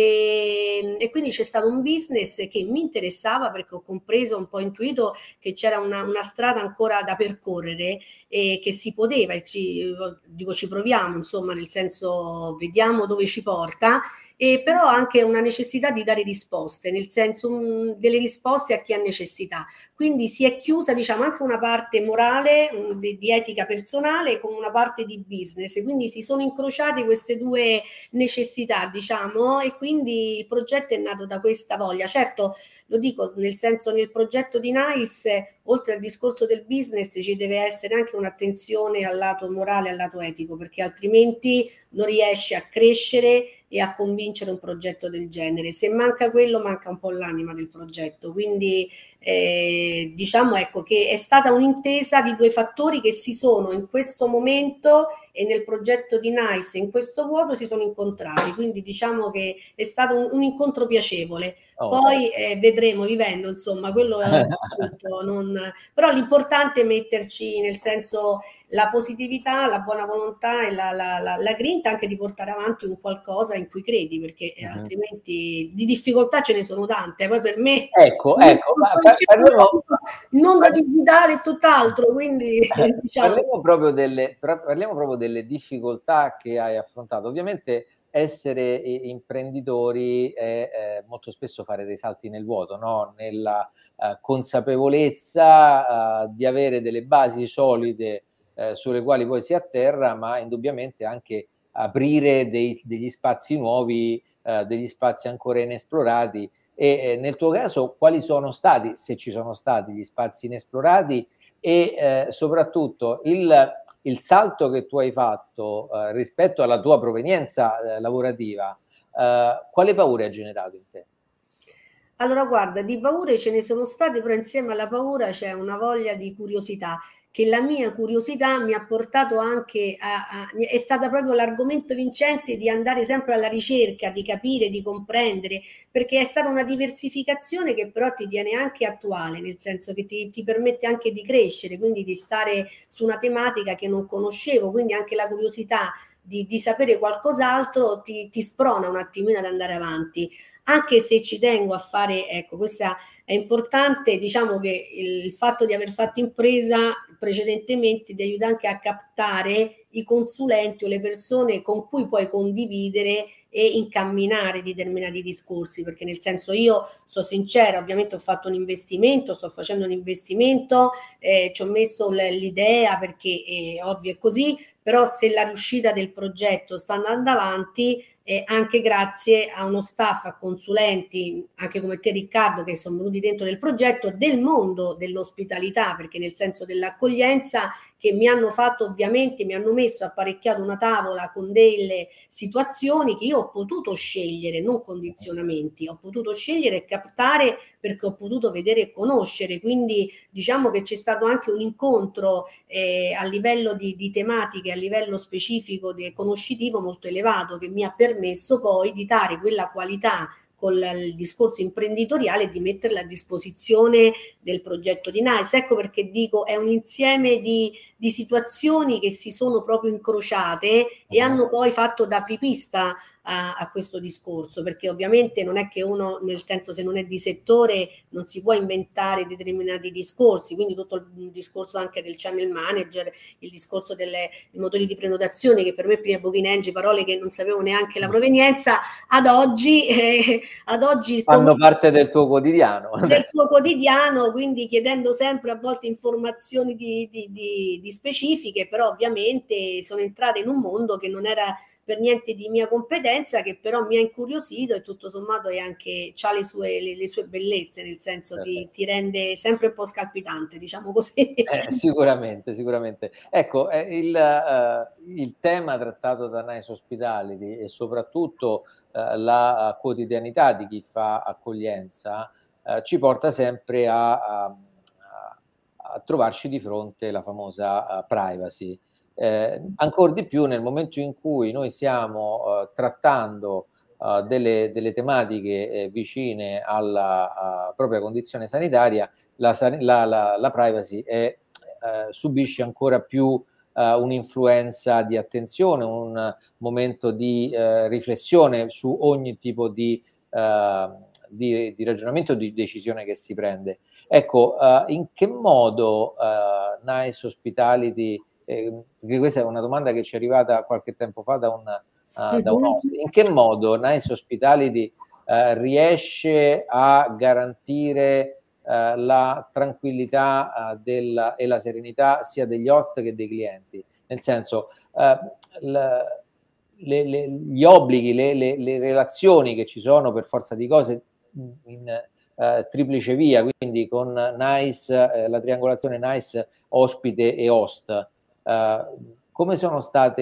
E, e quindi c'è stato un business che mi interessava perché ho compreso, un po' intuito che c'era una, una strada ancora da percorrere e che si poteva, e ci, dico ci proviamo, insomma, nel senso vediamo dove ci porta, e però anche una necessità di dare risposte, nel senso mh, delle risposte a chi ha necessità. Quindi si è chiusa, diciamo, anche una parte morale, mh, di, di etica personale con una parte di business, quindi si sono incrociate queste due necessità, diciamo, e quindi il progetto è nato da questa voglia. Certo, lo dico, nel senso, nel progetto di NICE, oltre al discorso del business, ci deve essere anche un'attenzione al lato morale, al lato etico, perché altrimenti non riesce a crescere e a convincere un progetto del genere. Se manca quello, manca un po' l'anima del progetto. Quindi eh, diciamo, ecco, che è stata un'intesa di due fattori che si sono in questo momento e nel progetto di NICE in questo vuoto si sono incontrati. Quindi diciamo che è stato un, un incontro piacevole. Oh. Poi eh, vedremo vivendo, insomma, quello è un punto, non... però l'importante è metterci, nel senso, la positività, la buona volontà e la, la, la, la grinta anche di portare avanti un qualcosa in cui credi, perché uh-huh. altrimenti di difficoltà ce ne sono tante. Poi per me ecco, ecco, ma parliamo, il mondo digitale è tutt'altro, quindi diciamo. parliamo, proprio delle, parliamo proprio delle difficoltà che hai affrontato. Ovviamente essere imprenditori è eh, molto spesso fare dei salti nel vuoto, no? Nella eh, consapevolezza eh, di avere delle basi solide eh, sulle quali poi si atterra, ma indubbiamente anche aprire dei, degli spazi nuovi, eh, degli spazi ancora inesplorati. E eh, nel tuo caso quali sono stati, se ci sono stati, gli spazi inesplorati e eh, soprattutto il, il salto che tu hai fatto eh, rispetto alla tua provenienza eh, lavorativa, eh, quale paure ha generato in te? Allora guarda, di paure ce ne sono state, però insieme alla paura c'è una voglia di curiosità, che la mia curiosità mi ha portato anche a, a è stata proprio l'argomento vincente di andare sempre alla ricerca, di capire, di comprendere, perché è stata una diversificazione che però ti tiene anche attuale, nel senso che ti, ti permette anche di crescere, quindi di stare su una tematica che non conoscevo, quindi anche la curiosità di, di sapere qualcos'altro ti, ti sprona un attimino ad andare avanti. Anche se ci tengo a fare, ecco, questa è importante, diciamo che il fatto di aver fatto impresa precedentemente ti aiuta anche a captare i consulenti o le persone con cui puoi condividere e incamminare determinati discorsi, perché nel senso, io sono sincera, ovviamente ho fatto un investimento, sto facendo un investimento, eh, ci ho messo l'idea perché è ovvio è così, però se la riuscita del progetto sta andando avanti, eh, anche grazie a uno staff, a consulenti, anche come te Riccardo, che sono venuti dentro del progetto, del mondo dell'ospitalità, perché nel senso dell'accoglienza, che mi hanno fatto ovviamente, mi hanno messo, apparecchiato una tavola con delle situazioni che io ho potuto scegliere, non condizionamenti, ho potuto scegliere e captare perché ho potuto vedere e conoscere, quindi diciamo che c'è stato anche un incontro eh, a livello di, di tematiche, a livello specifico e conoscitivo molto elevato, che mi ha permesso poi di dare quella qualità con il discorso imprenditoriale e di metterla a disposizione del progetto di NICE. Ecco perché dico, è un insieme di, di situazioni che si sono proprio incrociate e hanno poi fatto da apripista a, a questo discorso, perché ovviamente non è che uno, nel senso, se non è di settore non si può inventare determinati discorsi, quindi tutto il discorso anche del channel manager, il discorso delle, dei motori di prenotazione, che per me prima Booking Engine, parole che non sapevo neanche la provenienza, ad oggi eh, ad oggi fanno parte del tuo quotidiano del tuo quotidiano, quindi chiedendo sempre a volte informazioni di, di, di, di specifiche, però ovviamente sono entrate in un mondo che non era per niente di mia competenza, che però mi ha incuriosito e tutto sommato è anche, c'ha le sue, le, le sue bellezze, nel senso ti, ti rende sempre un po' scalpitante, diciamo così. Eh, sicuramente, sicuramente. Ecco, eh, il, uh, il tema trattato da Nice Hospitality e soprattutto uh, la uh, quotidianità di chi fa accoglienza uh, ci porta sempre a, a, a trovarci di fronte la famosa uh, privacy. Eh, ancora di più nel momento in cui noi stiamo uh, trattando uh, delle, delle tematiche eh, vicine alla uh, propria condizione sanitaria, La, la, la, la privacy è, eh, subisce ancora più eh, un'influenza di attenzione, un momento di eh, riflessione su ogni tipo di, eh, di, di ragionamento o di decisione che si prende. Ecco, eh, in che modo eh, Nice Hospitality, eh, perché questa è una domanda che ci è arrivata qualche tempo fa da un, uh, da un ospite, in che modo Nice Hospitality eh, riesce a garantire Uh, la tranquillità uh, della, e la serenità sia degli host che dei clienti, nel senso uh, le, le, gli obblighi, le, le, le relazioni che ci sono per forza di cose in uh, triplice via, quindi con Nice, uh, la triangolazione Nice, ospite e host, uh, come sono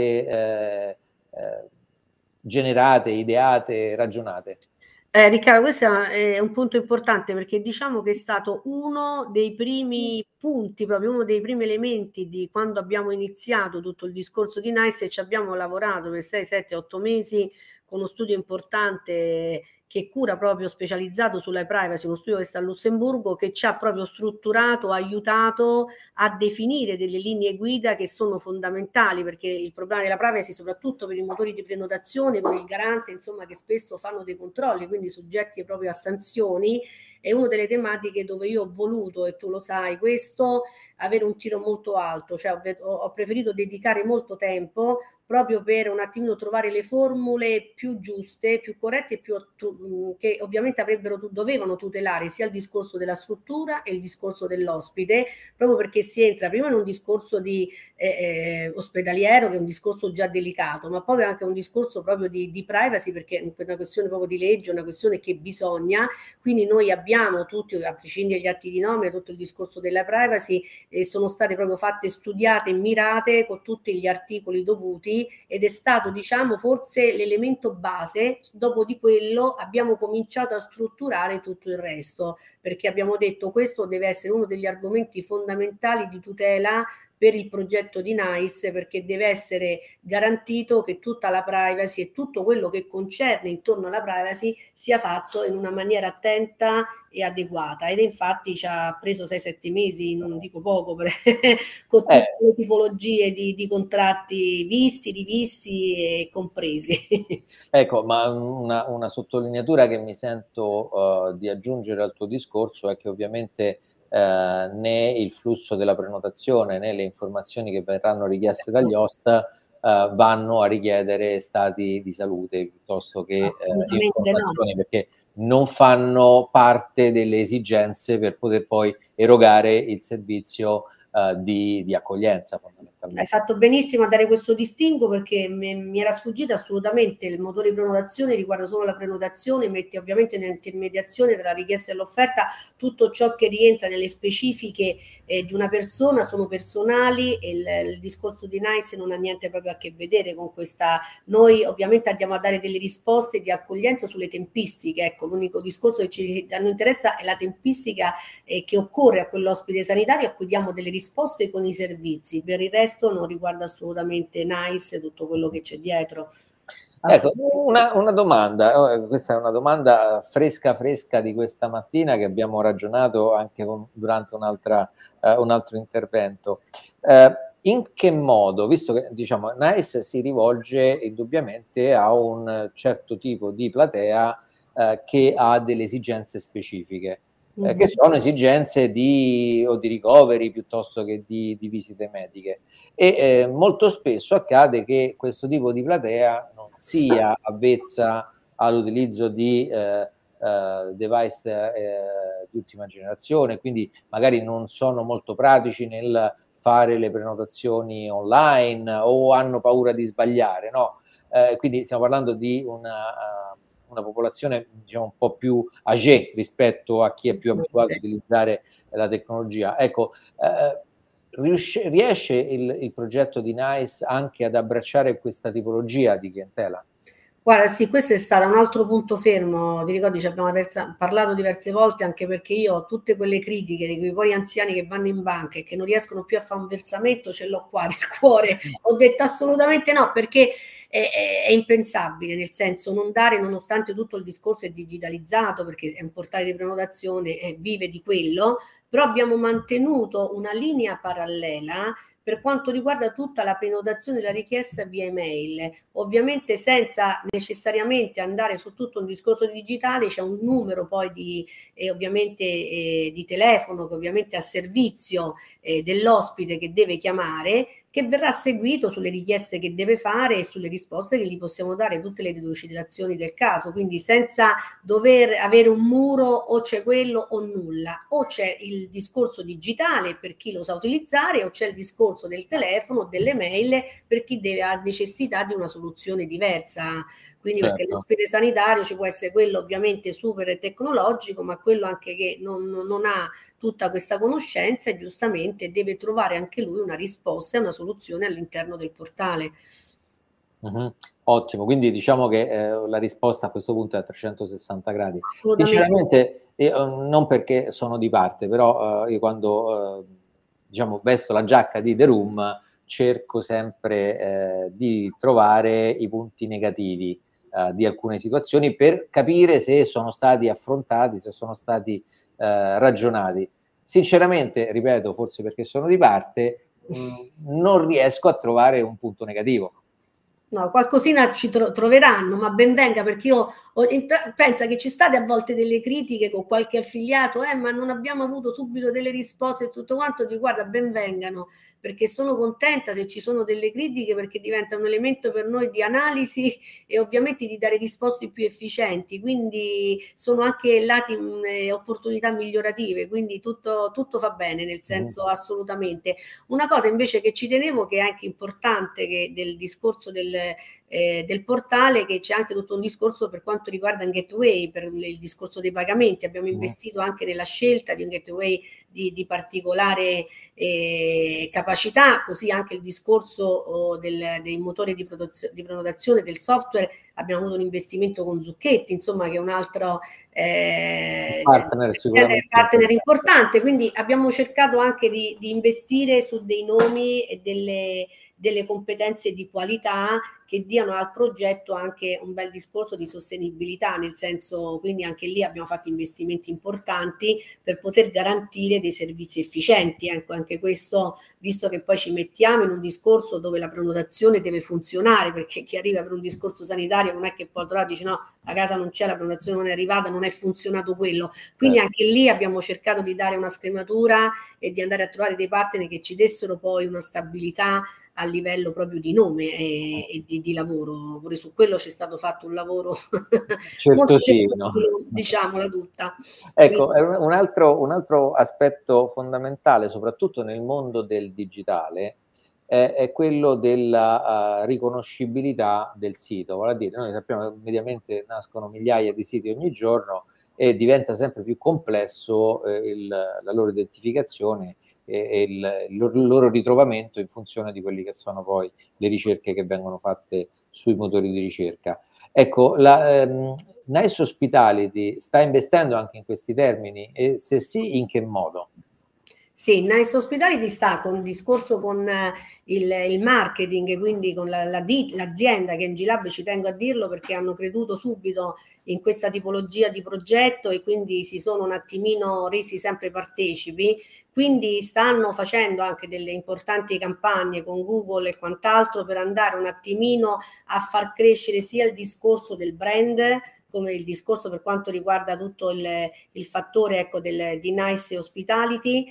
state uh, uh, generate, ideate, ragionate? Eh, Riccardo, questo è un punto importante, perché diciamo che è stato uno dei primi punti, proprio uno dei primi elementi di quando abbiamo iniziato tutto il discorso di Nice, e ci abbiamo lavorato per sei, sette, otto mesi con uno studio importante che cura proprio, specializzato sulla privacy, uno studio che sta a Lussemburgo, che ci ha proprio strutturato, aiutato a definire delle linee guida che sono fondamentali, perché il problema della privacy, soprattutto per i motori di prenotazione con il garante, insomma, che spesso fanno dei controlli, quindi soggetti proprio a sanzioni, è una delle tematiche dove io ho voluto, e tu lo sai questo, avere un tiro molto alto, cioè ho, ho preferito dedicare molto tempo proprio per un attimino trovare le formule più giuste, più corrette, più che ovviamente avrebbero, dovevano tutelare sia il discorso della struttura e il discorso dell'ospite, proprio perché si entra prima in un discorso di eh, ospedaliero, che è un discorso già delicato, ma poi anche un discorso proprio di, di privacy, perché è una questione proprio di legge, una questione che bisogna, quindi noi abbiamo tutti, a prescindere dagli atti di nomina, tutto il discorso della privacy, eh, sono state proprio fatte, studiate e mirate con tutti gli articoli dovuti, ed è stato, diciamo, forse l'elemento base. Dopo di quello abbiamo cominciato a strutturare tutto il resto, perché abbiamo detto questo deve essere uno degli argomenti fondamentali di tutela per il progetto di Nice, perché deve essere garantito che tutta la privacy e tutto quello che concerne intorno alla privacy sia fatto in una maniera attenta e adeguata, ed infatti ci ha preso sei sette mesi, non dico poco, per, con tutte eh. le tipologie di, di contratti visti, rivisti e compresi. Ecco, ma una, una sottolineatura che mi sento uh, di aggiungere al tuo discorso è che ovviamente Uh, né il flusso della prenotazione né le informazioni che verranno richieste dagli host uh, vanno a richiedere stati di salute piuttosto che uh, informazioni, no. Perché non fanno parte delle esigenze per poter poi erogare il servizio uh, di, di accoglienza, fondamentalmente. Hai fatto benissimo a dare questo distinguo, perché mi, mi era sfuggito assolutamente. Il motore di prenotazione riguarda solo la prenotazione, mette ovviamente un'intermediazione tra la richiesta e l'offerta, tutto ciò che rientra nelle specifiche eh, di una persona sono personali, e il, il discorso di Nice non ha niente proprio a che vedere con questa. Noi ovviamente andiamo a dare delle risposte di accoglienza sulle tempistiche, ecco, l'unico discorso che ci non interessa è la tempistica eh, che occorre a quell'ospite sanitario, a cui diamo delle risposte con i servizi. Per il resto non riguarda assolutamente Nice e tutto quello che c'è dietro. Ecco, una, una domanda, questa è una domanda fresca fresca di questa mattina, che abbiamo ragionato anche con, durante un'altra, uh, un altro intervento. Uh, in che modo, visto che diciamo Nice si rivolge indubbiamente a un certo tipo di platea uh, che ha delle esigenze specifiche, eh, che sono esigenze di, o di ricoveri piuttosto che di, di visite mediche, e eh, molto spesso accade che questo tipo di platea non sia avvezza all'utilizzo di eh, eh, device eh, di ultima generazione, quindi magari non sono molto pratici nel fare le prenotazioni online o hanno paura di sbagliare, no? eh, quindi stiamo parlando di una, uh, una popolazione, diciamo, un po' più âgée rispetto a chi è più abituato a utilizzare la tecnologia. Ecco, eh, riesce, riesce il, il progetto di NICE anche ad abbracciare questa tipologia di clientela? Guarda, sì, questo è stato un altro punto fermo, ti ricordi, ci abbiamo persa, parlato diverse volte, anche perché io ho tutte quelle critiche di quei poi anziani che vanno in banca e che non riescono più a fare un versamento, ce l'ho qua nel cuore. Ho detto assolutamente no, perché è, è, è impensabile, nel senso non dare, nonostante tutto il discorso è digitalizzato, perché è un portale di prenotazione e vive di quello, però abbiamo mantenuto una linea parallela per quanto riguarda tutta la prenotazione e la richiesta via email, ovviamente senza necessariamente andare su tutto un discorso digitale, c'è un numero poi di, eh, ovviamente, eh, di telefono che ovviamente è a servizio eh, dell'ospite che deve chiamare, che verrà seguito sulle richieste che deve fare e sulle risposte che gli possiamo dare, tutte le delucidazioni del caso, quindi senza dover avere un muro o c'è quello o nulla, o c'è il discorso digitale per chi lo sa utilizzare o c'è il discorso del telefono o delle mail per chi deve, ha necessità di una soluzione diversa. Quindi certo. Perché l'ospite sanitario ci può essere quello ovviamente super tecnologico, ma quello anche che non, non ha tutta questa conoscenza e giustamente deve trovare anche lui una risposta e una soluzione all'interno del portale. Uh-huh. Ottimo, quindi diciamo che eh, la risposta a questo punto è a trecentosessanta gradi. Sinceramente, io, non perché sono di parte, però eh, io quando eh, diciamo vesto la giacca di The Room cerco sempre eh, di trovare i punti negativi eh, di alcune situazioni per capire se sono stati affrontati, se sono stati eh, ragionati. Sinceramente, ripeto, forse perché sono di parte, mh, non riesco a trovare un punto negativo. No, qualcosina ci tro troveranno, ma ben venga, perché io ho, pensa che ci state a volte delle critiche con qualche affiliato, eh, ma non abbiamo avuto subito delle risposte e tutto quanto, ti guarda, ben vengano, perché sono contenta se ci sono delle critiche, perché diventa un elemento per noi di analisi e ovviamente di dare risposte più efficienti, quindi sono anche lati mh, opportunità migliorative, quindi tutto, tutto fa bene, nel senso mm. assolutamente. Una cosa invece che ci tenevo, che è anche importante, che del discorso del Eh, del portale, che c'è anche tutto un discorso per quanto riguarda un gateway, per il discorso dei pagamenti. Abbiamo investito anche nella scelta di un gateway di, di particolare eh, capacità, così anche il discorso oh, del, dei motori di, di prenotazione del software. Abbiamo avuto un investimento con Zucchetti, insomma, che è un altro eh, partner, sicuramente partner importante, quindi abbiamo cercato anche di, di investire su dei nomi e delle delle competenze di qualità che diano al progetto anche un bel discorso di sostenibilità, nel senso, quindi anche lì abbiamo fatto investimenti importanti per poter garantire dei servizi efficienti. Ecco, anche questo, visto che poi ci mettiamo in un discorso dove la prenotazione deve funzionare, perché chi arriva per un discorso sanitario non è che poi trova dice no, la casa non c'è, la prenotazione non è arrivata, non è funzionato quello. Quindi anche lì abbiamo cercato di dare una scrematura e di andare a trovare dei partner che ci dessero poi una stabilità a livello proprio di nome e, e di, di lavoro. Pure su quello c'è stato fatto un lavoro molto certosino, diciamola tutta. Ecco, un altro, un altro aspetto fondamentale, soprattutto nel mondo del digitale, è, è quello della uh, riconoscibilità del sito. Vale a dire, noi sappiamo che mediamente nascono migliaia di siti ogni giorno e diventa sempre più complesso eh, il, la loro identificazione e il, il loro ritrovamento in funzione di quelle che sono poi le ricerche che vengono fatte sui motori di ricerca. Ecco, la ehm, Nice Hospitality sta investendo anche in questi termini e se sì, in che modo? Sì, Nice Hospitality sta con il discorso con il, il marketing, quindi con la, la, l'azienda che è Engilab, ci tengo a dirlo perché hanno creduto subito in questa tipologia di progetto e quindi si sono un attimino resi sempre partecipi, quindi stanno facendo anche delle importanti campagne con Google e quant'altro per andare un attimino a far crescere sia il discorso del brand, come il discorso per quanto riguarda tutto il, il fattore ecco, del, di Nice Hospitality,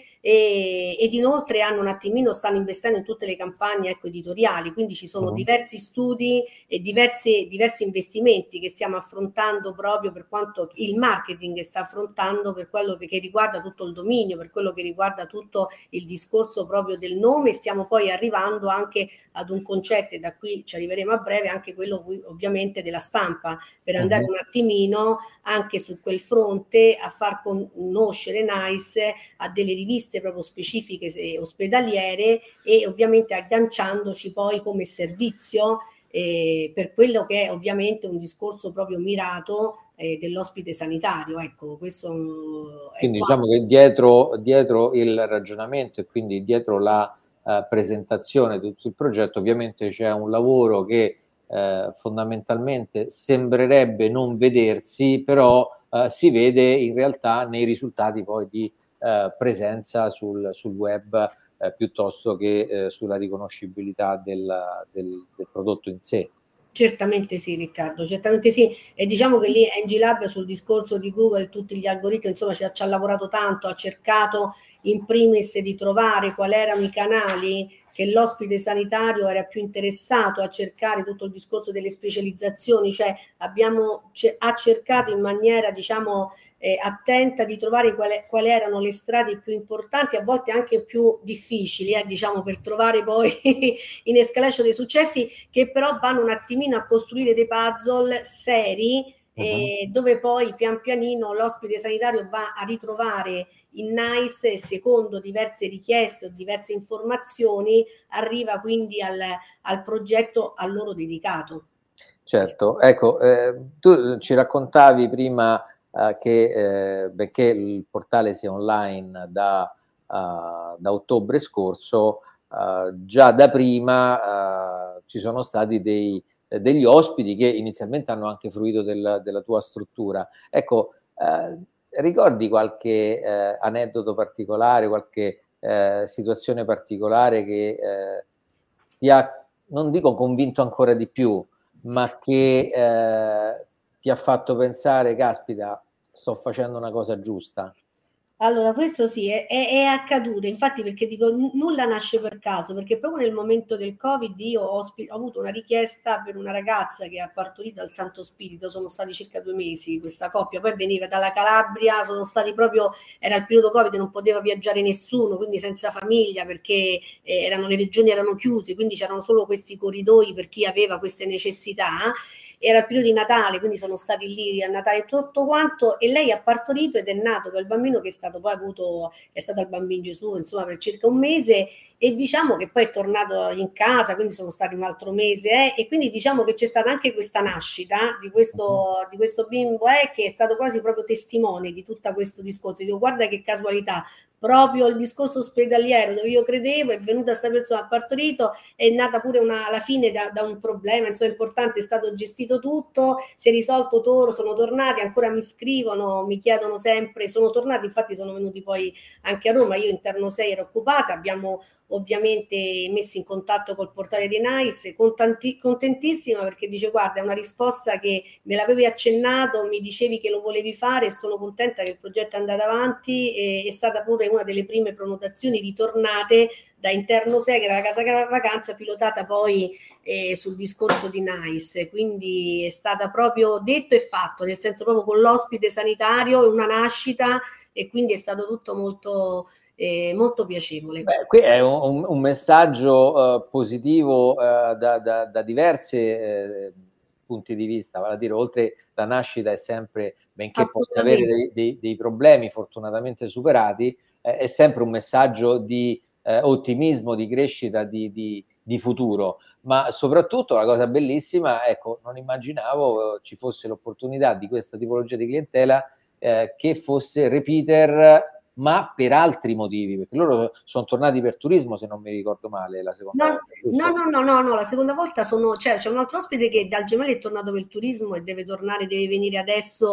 e, ed inoltre hanno un attimino, stanno investendo in tutte le campagne ecco, editoriali, quindi ci sono uh-huh. diversi studi e diversi, diversi investimenti che stiamo affrontando proprio per quanto il marketing sta affrontando per quello che, che riguarda tutto il dominio, per quello che riguarda tutto il discorso proprio del nome. Stiamo poi arrivando anche ad un concetto, e da qui ci arriveremo a breve, anche quello ovviamente della stampa, per andare uh-huh. un attimino anche su quel fronte a far conoscere Nice a delle riviste proprio specifiche ospedaliere, e ovviamente agganciandoci poi come servizio eh, per quello che è ovviamente un discorso proprio mirato eh, dell'ospite sanitario. Ecco, questo è quindi diciamo che dietro, dietro il ragionamento e quindi dietro la uh, presentazione di tutto il progetto ovviamente c'è un lavoro che uh, fondamentalmente sembrerebbe non vedersi, però uh, si vede in realtà nei risultati poi di uh, presenza sul, sul web uh, piuttosto che uh, sulla riconoscibilità del, del, del prodotto in sé. Certamente sì, Riccardo, certamente sì, e diciamo che lì N G Lab sul discorso di Google, tutti gli algoritmi, insomma ci ha, ci ha lavorato tanto, ha cercato in primis di trovare quali erano i canali che l'ospite sanitario era più interessato a cercare, tutto il discorso delle specializzazioni, cioè abbiamo ha cercato in maniera diciamo eh, attenta di trovare quali, quali erano le strade più importanti, a volte anche più difficili, eh, diciamo, per trovare poi in escalation dei successi, che però vanno un attimino a costruire dei puzzle seri, eh, uh-huh. dove poi pian pianino l'ospite sanitario va a ritrovare in Nice e secondo diverse richieste o diverse informazioni arriva quindi al, al progetto a loro dedicato. Certo, ecco, eh, tu ci raccontavi prima uh, che eh, benché il portale sia online da, uh, da ottobre scorso, uh, già da prima uh, ci sono stati dei, eh, degli ospiti che inizialmente hanno anche fruito del, della tua struttura. Ecco, uh, ricordi qualche eh, aneddoto particolare, qualche eh, situazione particolare che eh, ti ha, non dico convinto ancora di più, ma che eh, ti ha fatto pensare, caspita, sto facendo una cosa giusta? Allora, questo sì, è, è, è accaduto, infatti, perché dico, n- nulla nasce per caso, perché proprio nel momento del Covid io ho, ospi- ho avuto una richiesta per una ragazza che ha partorito al Santo Spirito, sono stati circa due mesi questa coppia, poi veniva dalla Calabria, sono stati proprio, era il periodo Covid, non poteva viaggiare nessuno, quindi senza famiglia, perché eh, erano, le regioni erano chiuse, quindi c'erano solo questi corridoi per chi aveva queste necessità. Era il periodo di Natale, quindi sono stati lì a Natale e tutto quanto, e lei ha partorito ed è nato quel bambino che è stato poi avuto, è stato al Bambino Gesù, insomma, per circa un mese, e diciamo che poi è tornato in casa, quindi sono stati un altro mese, eh, e quindi diciamo che c'è stata anche questa nascita di questo, di questo bimbo, eh, che è stato quasi proprio testimone di tutto questo discorso. Dico, guarda che casualità, proprio il discorso ospedaliero dove io credevo, è venuta questa persona, ha partorito, è nata pure una, alla fine da, da un problema, insomma, importante, è stato gestito tutto, si è risolto, toro, sono tornati, ancora mi scrivono, mi chiedono sempre, sono tornati, infatti sono venuti poi anche a Roma, io interno sei ero occupata, abbiamo ovviamente messo in contatto col portale di Nice, contanti, contentissima perché dice, guarda, è una risposta che me l'avevi accennato, mi dicevi che lo volevi fare e sono contenta che il progetto è andato avanti, e è stata pure una delle prime prenotazioni ritornate da interno sei, che era la casa vacanza, pilotata poi eh, sul discorso di Nice, quindi è stata proprio detto e fatto, nel senso proprio con l'ospite sanitario, una nascita, e quindi è stato tutto molto eh, molto piacevole. Beh, qui è un, un messaggio uh, positivo uh, da, da, da diversi eh, punti di vista, vale a dire, oltre la nascita è sempre, benché possa avere dei, dei, dei problemi fortunatamente superati, eh, è sempre un messaggio di eh, ottimismo, di crescita, di, di, di futuro, ma soprattutto la cosa bellissima, ecco, non immaginavo eh, ci fosse l'opportunità di questa tipologia di clientela eh, che fosse repeater, ma per altri motivi, perché loro sono tornati per turismo, se non mi ricordo male, la seconda no, volta. No, no, no, no, no, la seconda volta sono, cioè, c'è un altro ospite che dal Gemelli è tornato per il turismo e deve tornare, deve venire adesso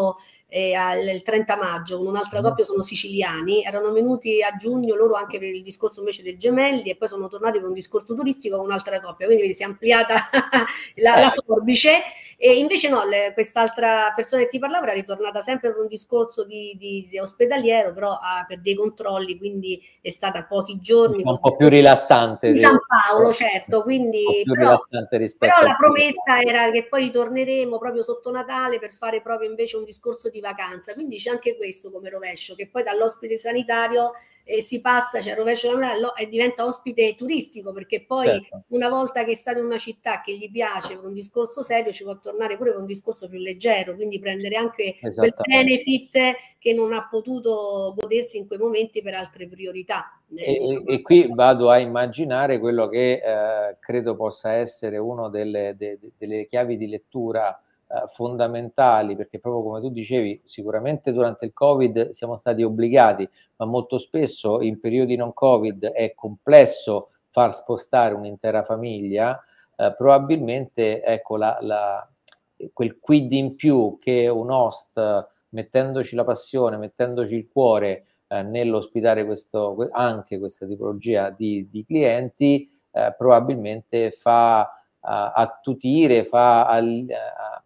eh, al, il trenta maggio con un'altra coppia, sono siciliani, erano venuti a giugno loro anche per il discorso invece del Gemelli e poi sono tornati per un discorso turistico con un'altra coppia, quindi vedi, si è ampliata la, la forbice. E invece no, le, quest'altra persona che ti parlava era ritornata sempre per un discorso di, di, di ospedaliero, però ah, per dei controlli, quindi è stata pochi giorni. Un po' più rilassante di San Paolo, certo, quindi un po' più però, rilassante rispetto però a la promessa era che poi ritorneremo proprio sotto Natale per fare proprio invece un discorso di vacanza, quindi c'è anche questo come rovescio, che poi dall'ospite sanitario eh, si passa, cioè rovescio e diventa ospite turistico, perché poi certo, una volta che è stato in una città che gli piace per un discorso serio ci può tornare pure per un discorso più leggero, quindi prendere anche quel benefit che non ha potuto godersi in quei momenti per altre priorità. E, diciamo. e qui vado a immaginare quello che eh, credo possa essere una delle, de, delle chiavi di lettura eh, fondamentali, perché proprio come tu dicevi, sicuramente durante il Covid siamo stati obbligati, ma molto spesso in periodi non Covid è complesso far spostare un'intera famiglia, eh, probabilmente ecco la, la, quel quid in più che un host, mettendoci la passione, mettendoci il cuore, Eh, nell'ospitare questo, anche questa tipologia di, di clienti, eh, probabilmente fa uh, attutire, fa al, uh,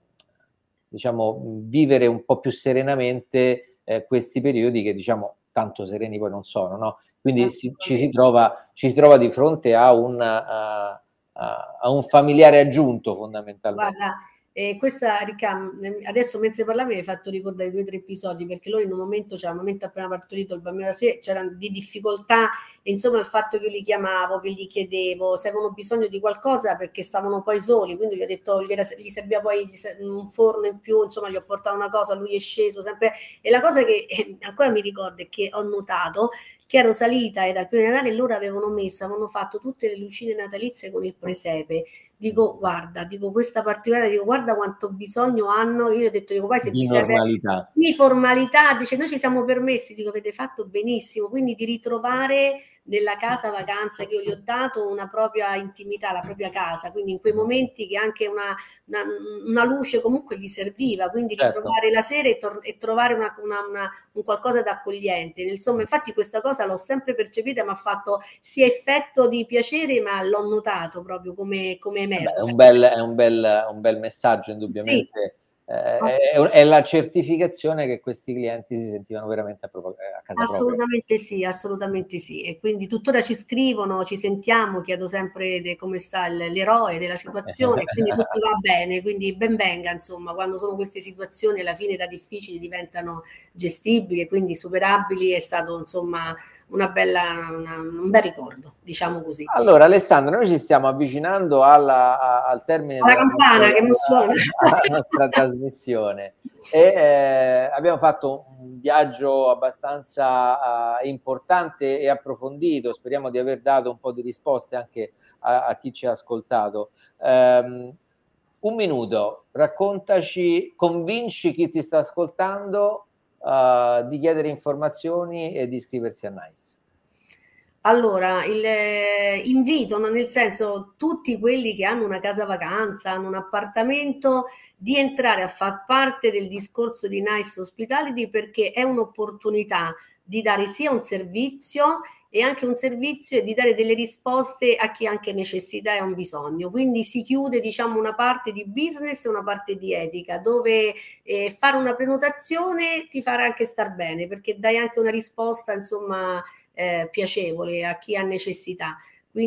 diciamo vivere un po' più serenamente eh, questi periodi che diciamo tanto sereni poi non sono, no? Quindi si, ci, si trova, ci si trova di fronte a un, uh, uh, a un familiare aggiunto fondamentalmente. Guarda, eh, questa Ricca, adesso mentre parlavi mi hai fatto ricordare due o tre episodi, perché loro in un momento, cioè al momento appena partorito il bambino, c'erano di difficoltà, e insomma il fatto che io li chiamavo, che gli chiedevo se avevano bisogno di qualcosa perché stavano poi soli, quindi gli ho detto, gli, era, gli serviva poi un forno in più, insomma gli ho portato una cosa, lui è sceso sempre, e la cosa che eh, ancora mi ricordo è che ho notato che ero salita e dal primo generale loro avevano messo, avevano fatto tutte le lucine natalizie con il presepe. Dico, guarda, dico questa particolare, dico, guarda quanto bisogno hanno. Io ho detto, dico, poi se di vi normalità. Siete, di formalità, dice, noi ci siamo permessi, dico, avete fatto benissimo, quindi di ritrovare nella casa vacanza che io gli ho dato una propria intimità, la propria casa, quindi in quei momenti che anche una, una, una luce comunque gli serviva, quindi certo, ritrovare la sera e, tor- e trovare una, una, una, un qualcosa d'accogliente. Insomma, infatti questa cosa l'ho sempre percepita, mi ha fatto sia effetto di piacere, ma l'ho notato proprio come, come emersa. Beh, è un bel, è un bel, un bel messaggio, indubbiamente. Sì. Eh, è, è la certificazione che questi clienti si sentivano veramente a, proprio, a casa assolutamente propria. Sì, assolutamente sì. E quindi tuttora ci scrivono, ci sentiamo, chiedo sempre de, come sta l'eroe della situazione, e quindi tutto va bene, quindi ben venga, insomma, quando sono queste situazioni alla fine da difficili diventano gestibili e quindi superabili, è stato insomma una bella, una, un bel ricordo, diciamo così. Allora Alessandra, noi ci stiamo avvicinando alla, a, al termine alla della campana nostra, che non suona. alla nostra trasmissione e eh, abbiamo fatto un viaggio abbastanza uh, importante e approfondito, speriamo di aver dato un po' di risposte anche a, a chi ci ha ascoltato. Um, un minuto, raccontaci, convinci chi ti sta ascoltando uh, di chiedere informazioni e di iscriversi a NICE. Allora, il, eh, invitano, nel senso, tutti quelli che hanno una casa vacanza, hanno un appartamento, di entrare a far parte del discorso di Nice Hospitality, perché è un'opportunità di dare sia un servizio e anche un servizio e di dare delle risposte a chi ha anche necessità e ha un bisogno. Quindi si chiude, diciamo, una parte di business e una parte di etica, dove eh, fare una prenotazione ti farà anche star bene, perché dai anche una risposta, insomma, Eh, piacevole a chi ha necessità.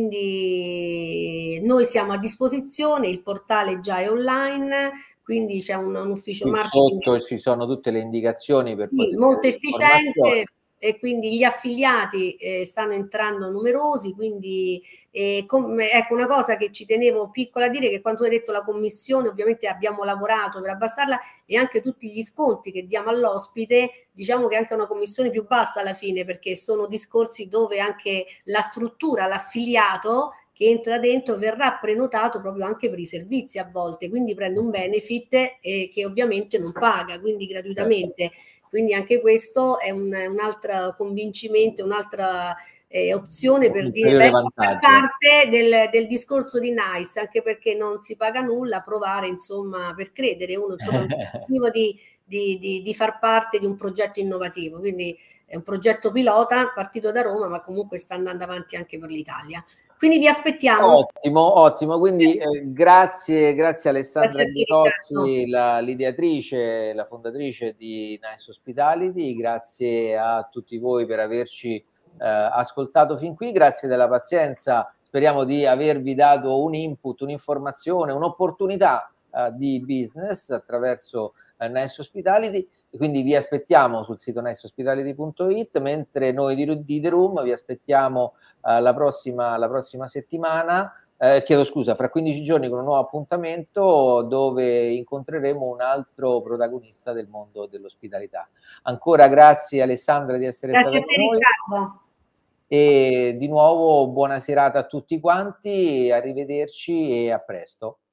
Quindi noi siamo a disposizione, il portale già è online, quindi c'è un, un ufficio qui marketing. Sotto ci sono tutte le indicazioni per sì, poter molto efficiente, e quindi gli affiliati eh, stanno entrando numerosi, quindi eh, com- ecco una cosa che ci tenevo piccola a dire, che quando hai detto la commissione, ovviamente abbiamo lavorato per abbassarla, e anche tutti gli sconti che diamo all'ospite, diciamo che è anche una commissione più bassa alla fine, perché sono discorsi dove anche la struttura, l'affiliato che entra dentro verrà prenotato proprio anche per i servizi a volte, quindi prende un benefit eh, che ovviamente non paga, quindi gratuitamente. Quindi anche questo è un, un altro convincimento, un'altra eh, opzione per dire beh, fa parte del, del discorso di Nice, anche perché non si paga nulla, provare insomma per credere, uno insomma un motivo di, di, di, di far parte di un progetto innovativo. Quindi è un progetto pilota partito da Roma, ma comunque sta andando avanti anche per l'Italia. Quindi vi aspettiamo. Ottimo, ottimo. Quindi eh, grazie, grazie Alessandra Grazie a te, Riccardo. Ghiotozzi, la, l'ideatrice, la fondatrice di Nice Hospitality. Grazie a tutti voi per averci eh, ascoltato fin qui. Grazie della pazienza. Speriamo di avervi dato un input, un'informazione, un'opportunità eh, di business attraverso eh, Nice Hospitality. Quindi vi aspettiamo sul sito nice hospitality punto it, mentre noi di, di The Room vi aspettiamo uh, la, prossima, la prossima settimana, eh, chiedo scusa, fra quindici giorni con un nuovo appuntamento dove incontreremo un altro protagonista del mondo dell'ospitalità. Ancora grazie Alessandra di essere Grazie stata a te, con noi. Riccardo. E di nuovo buona serata a tutti quanti, arrivederci e a presto.